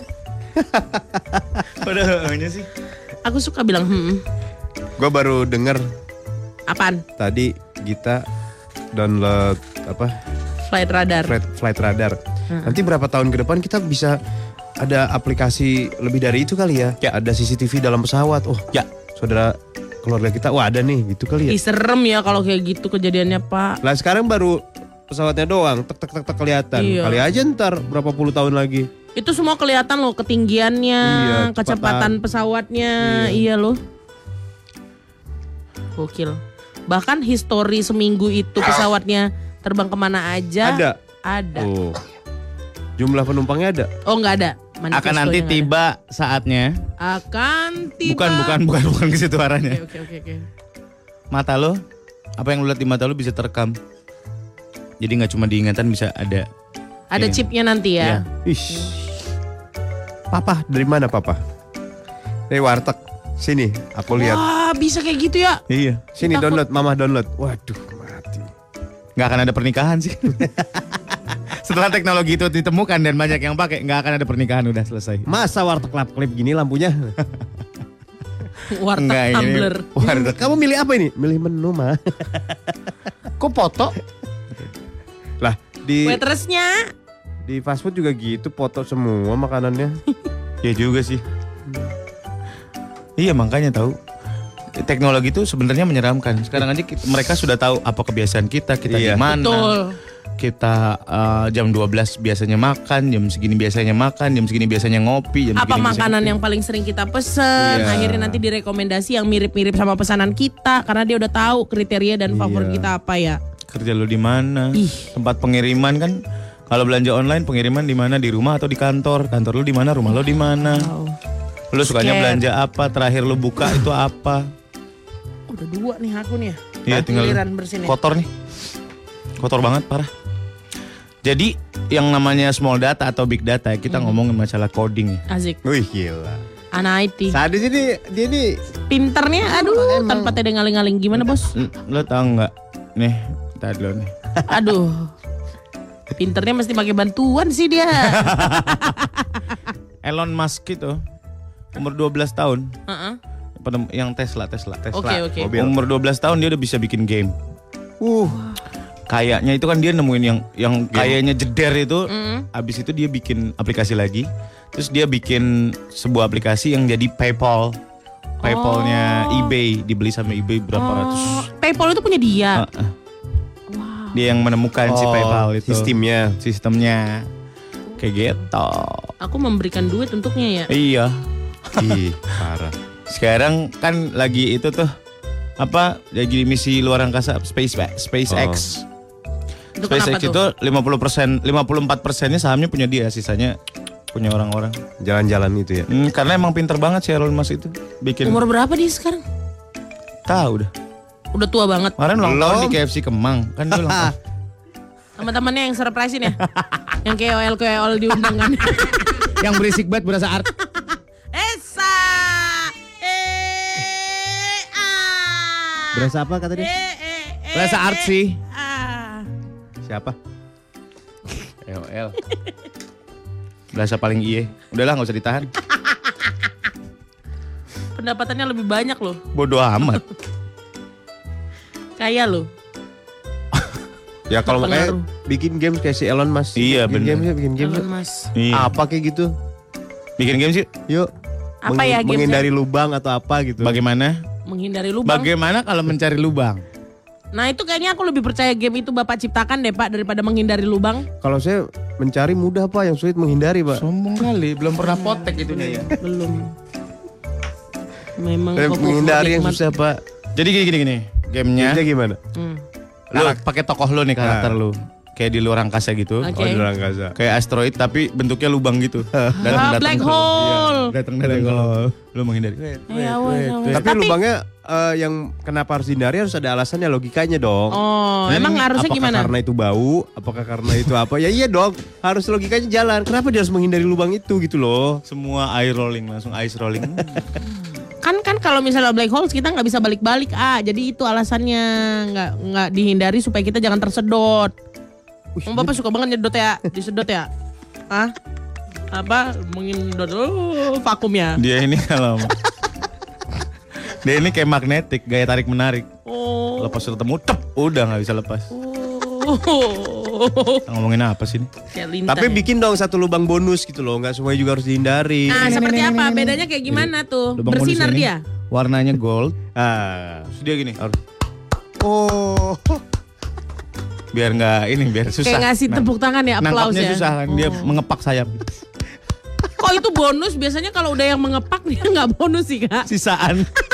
[SPEAKER 1] Udah sih.
[SPEAKER 2] Aku suka bilang
[SPEAKER 3] Gue baru denger
[SPEAKER 2] apaan?
[SPEAKER 3] tadi Gita download apa?
[SPEAKER 2] Flight Radar.
[SPEAKER 3] Flight Radar. Nanti berapa tahun ke depan kita bisa ada aplikasi lebih dari itu kali ya? Ada CCTV dalam pesawat. Oh ya, saudara keluarga kita, wah ada nih gitu kali ya?
[SPEAKER 2] Ih serem ya kalau kayak gitu kejadiannya Pak.
[SPEAKER 3] Lah sekarang baru pesawatnya doang, tek kelihatan.
[SPEAKER 2] Iya.
[SPEAKER 3] Kali aja ntar berapa puluh tahun lagi.
[SPEAKER 2] Itu semua kelihatan loh ketinggiannya,
[SPEAKER 3] Iya,
[SPEAKER 2] kecepatan pesawatnya, iya loh. Gokil. Bahkan histori seminggu itu pesawatnya terbang kemana aja. Ada.
[SPEAKER 3] Oh. Jumlah penumpangnya ada?
[SPEAKER 2] Oh nggak ada.
[SPEAKER 1] Akan nanti tiba saatnya.
[SPEAKER 2] Akan tiba.
[SPEAKER 1] Bukan ke situ arahnya.
[SPEAKER 2] Oke.
[SPEAKER 1] Mata lo, apa yang lo lihat di mata lo bisa terekam. Jadi nggak cuma diingatan, bisa ada.
[SPEAKER 2] Ada chipnya nanti ya.
[SPEAKER 3] Ish. Papa, dari mana Papa? Dari warteg. Sini, aku lihat.
[SPEAKER 2] Wah bisa kayak gitu ya.
[SPEAKER 1] Iya.
[SPEAKER 3] Sini download, Mama download. Waduh, mati.
[SPEAKER 1] Nggak akan ada pernikahan sih. Setelah teknologi itu ditemukan dan banyak yang pakai, nggak akan ada pernikahan, udah selesai.
[SPEAKER 3] Masa warteg klip gini lampunya?
[SPEAKER 2] Warteg
[SPEAKER 1] Enggak, ini
[SPEAKER 2] tumbler.
[SPEAKER 3] Warteg. Kamu milih apa ini? Milih menu mah.
[SPEAKER 1] Kok foto?
[SPEAKER 3] Lah di
[SPEAKER 2] Waitressnya.
[SPEAKER 3] di fast food juga gitu, foto semua makanannya.
[SPEAKER 1] Ya juga sih. Iya makanya tahu. Teknologi itu sebenarnya menyeramkan. Sekarang aja mereka sudah tahu apa kebiasaan kita gimana.
[SPEAKER 2] Betul.
[SPEAKER 1] Kita jam 12 biasanya makan, jam segini biasanya makan, jam segini biasanya ngopi, jam
[SPEAKER 2] Apa
[SPEAKER 1] segini
[SPEAKER 2] makanan
[SPEAKER 1] biasanya
[SPEAKER 2] yang paling sering kita pesen,
[SPEAKER 3] Iya.
[SPEAKER 2] akhirnya nanti direkomendasi yang mirip-mirip sama pesanan kita karena dia udah tahu kriteria dan favorit kita apa ya.
[SPEAKER 1] kerja lu di mana?
[SPEAKER 2] Ih.
[SPEAKER 1] Tempat pengiriman kan kalau belanja online pengiriman di mana? Di rumah atau di kantor? Kantor lu di mana? Rumah lu di mana? Lu sukanya
[SPEAKER 2] Scared.
[SPEAKER 1] belanja apa? Terakhir lu buka itu apa?
[SPEAKER 2] Udah 2 nih aku nih ya.
[SPEAKER 1] Iya tinggal
[SPEAKER 2] Giliran bersihin ya.
[SPEAKER 1] kotor nih. Kotor banget parah. Jadi yang namanya small data atau big data kita ngomongin masalah coding.
[SPEAKER 2] Asik.
[SPEAKER 3] Wih gila.
[SPEAKER 2] Anak IT.
[SPEAKER 3] Sadis ini dia nih
[SPEAKER 2] Pinternya aduh tanpa teh ngaling-ngaling gimana bos?
[SPEAKER 1] Lo tau nggak? Nih, tadi lo nih.
[SPEAKER 2] Aduh. Pinternya mesti pakai bantuan sih dia.
[SPEAKER 1] Elon Musk itu umur 12 tahun.
[SPEAKER 2] Heeh.
[SPEAKER 1] Yang Tesla.
[SPEAKER 2] Oke.
[SPEAKER 1] Umur 12 tahun dia udah bisa bikin game. Kayaknya itu kan dia nemuin yang kayaknya jeder itu. Abis itu dia bikin aplikasi lagi. Terus dia bikin sebuah aplikasi yang jadi PayPal-nya eBay, dibeli sama eBay berapa ratus.
[SPEAKER 2] PayPal itu punya dia.
[SPEAKER 1] Dia yang menemukan si PayPal itu. Sistemnya. Kayak gitu.
[SPEAKER 2] Aku memberikan duit untuknya ya.
[SPEAKER 1] Iya.
[SPEAKER 3] Ih, parah.
[SPEAKER 1] Sekarang kan lagi itu tuh lagi misi luar angkasa SpaceX.
[SPEAKER 2] Itu
[SPEAKER 1] SpaceX
[SPEAKER 2] kenapa
[SPEAKER 1] itu 54%-nya sahamnya punya dia, sisanya punya orang-orang.
[SPEAKER 3] Jalan-jalan itu ya.
[SPEAKER 1] Karena emang pinter banget sih Elon Musk itu bikin.
[SPEAKER 2] Umur berapa dia sekarang?
[SPEAKER 1] Tahu dah.
[SPEAKER 2] Udah tua banget.
[SPEAKER 1] Kemarin ulang tahun di KFC Kemang kan dia ulang tahun.
[SPEAKER 2] Sama temannya yang surprisein ya. Yang KOL diundang kan.
[SPEAKER 1] Yang berisik banget berasa art.
[SPEAKER 2] Esa.
[SPEAKER 3] Berasa apa kata dia?
[SPEAKER 1] Berasa art sih.
[SPEAKER 3] Siapa?
[SPEAKER 1] KOL. Berasa paling iye. Udahlah nggak usah ditahan.
[SPEAKER 2] Pendapatannya lebih banyak loh.
[SPEAKER 1] Bodoh amat.
[SPEAKER 2] Kaya loh.
[SPEAKER 3] Ya kalau makanya bikin game kayak si Elon Musk.
[SPEAKER 1] Iya benar.
[SPEAKER 3] Bikin game.
[SPEAKER 2] Elon Musk.
[SPEAKER 1] Iya.
[SPEAKER 3] Apa kayak gitu?
[SPEAKER 1] Bikin game sih.
[SPEAKER 3] Yuk.
[SPEAKER 2] Apa ya gamesnya?
[SPEAKER 3] Menghindari lubang atau apa gitu.
[SPEAKER 1] Bagaimana?
[SPEAKER 2] Menghindari lubang.
[SPEAKER 1] Bagaimana kalau mencari lubang?
[SPEAKER 2] Nah itu kayaknya aku lebih percaya game itu Bapak ciptakan deh Pak daripada menghindari lubang.
[SPEAKER 3] Kalau saya mencari mudah Pak, yang sulit menghindari Pak.
[SPEAKER 1] Sombong kali, belum pernah potek itunya ya.
[SPEAKER 2] Belum. Memang
[SPEAKER 3] menghindari yang susah Pak.
[SPEAKER 1] Jadi gini, gamenya.
[SPEAKER 3] Gamenya gimana?
[SPEAKER 1] Lu pakai tokoh lu nih karakter lu. Kayak di luar angkasa gitu.
[SPEAKER 2] Oke.
[SPEAKER 3] Oh di luar angkasa.
[SPEAKER 1] Kayak asteroid tapi bentuknya lubang gitu.
[SPEAKER 2] Black hole.
[SPEAKER 1] Datang. Lu menghindari.
[SPEAKER 3] Tapi lubangnya yang kenapa harus dihindari harus ada alasannya, logikanya dong.
[SPEAKER 2] Oh, emang harusnya
[SPEAKER 3] apakah
[SPEAKER 2] gimana?
[SPEAKER 3] Karena itu bau, apakah karena itu apa? Ya iya dong, harus logikanya jalan. Kenapa dia harus menghindari lubang itu gitu loh?
[SPEAKER 1] Semua langsung ice rolling.
[SPEAKER 2] Kan kalau misalnya black hole kita nggak bisa balik-balik jadi itu alasannya nggak dihindari supaya kita jangan tersedot. Bapak suka banget nyedot ya, disedot ya? Mengendot vakumnya.
[SPEAKER 1] Dia ini kalau dia ini kayak magnetik, gaya tarik menarik.
[SPEAKER 2] Oh.
[SPEAKER 1] Lepas ketemu, udah nggak bisa lepas. Kita ngomongin apa sih ini?
[SPEAKER 3] Tapi bikin dong satu lubang bonus gitu loh, nggak semuanya juga harus dihindari.
[SPEAKER 2] Nah, seperti apa? Bedanya kayak gimana tuh?
[SPEAKER 1] Lubang
[SPEAKER 2] Bersinar
[SPEAKER 1] bonus ini
[SPEAKER 2] dia.
[SPEAKER 1] Warnanya gold. Terus dia gini. Biar susah.
[SPEAKER 2] Kayak ngasih tepuk tangan ya, aplaus
[SPEAKER 1] nangkapnya
[SPEAKER 2] ya.
[SPEAKER 1] susah kan, dia mengepak sayap.
[SPEAKER 2] Kok itu bonus? Biasanya kalau udah yang mengepak dia nggak bonus sih Kak.
[SPEAKER 1] Sisaan.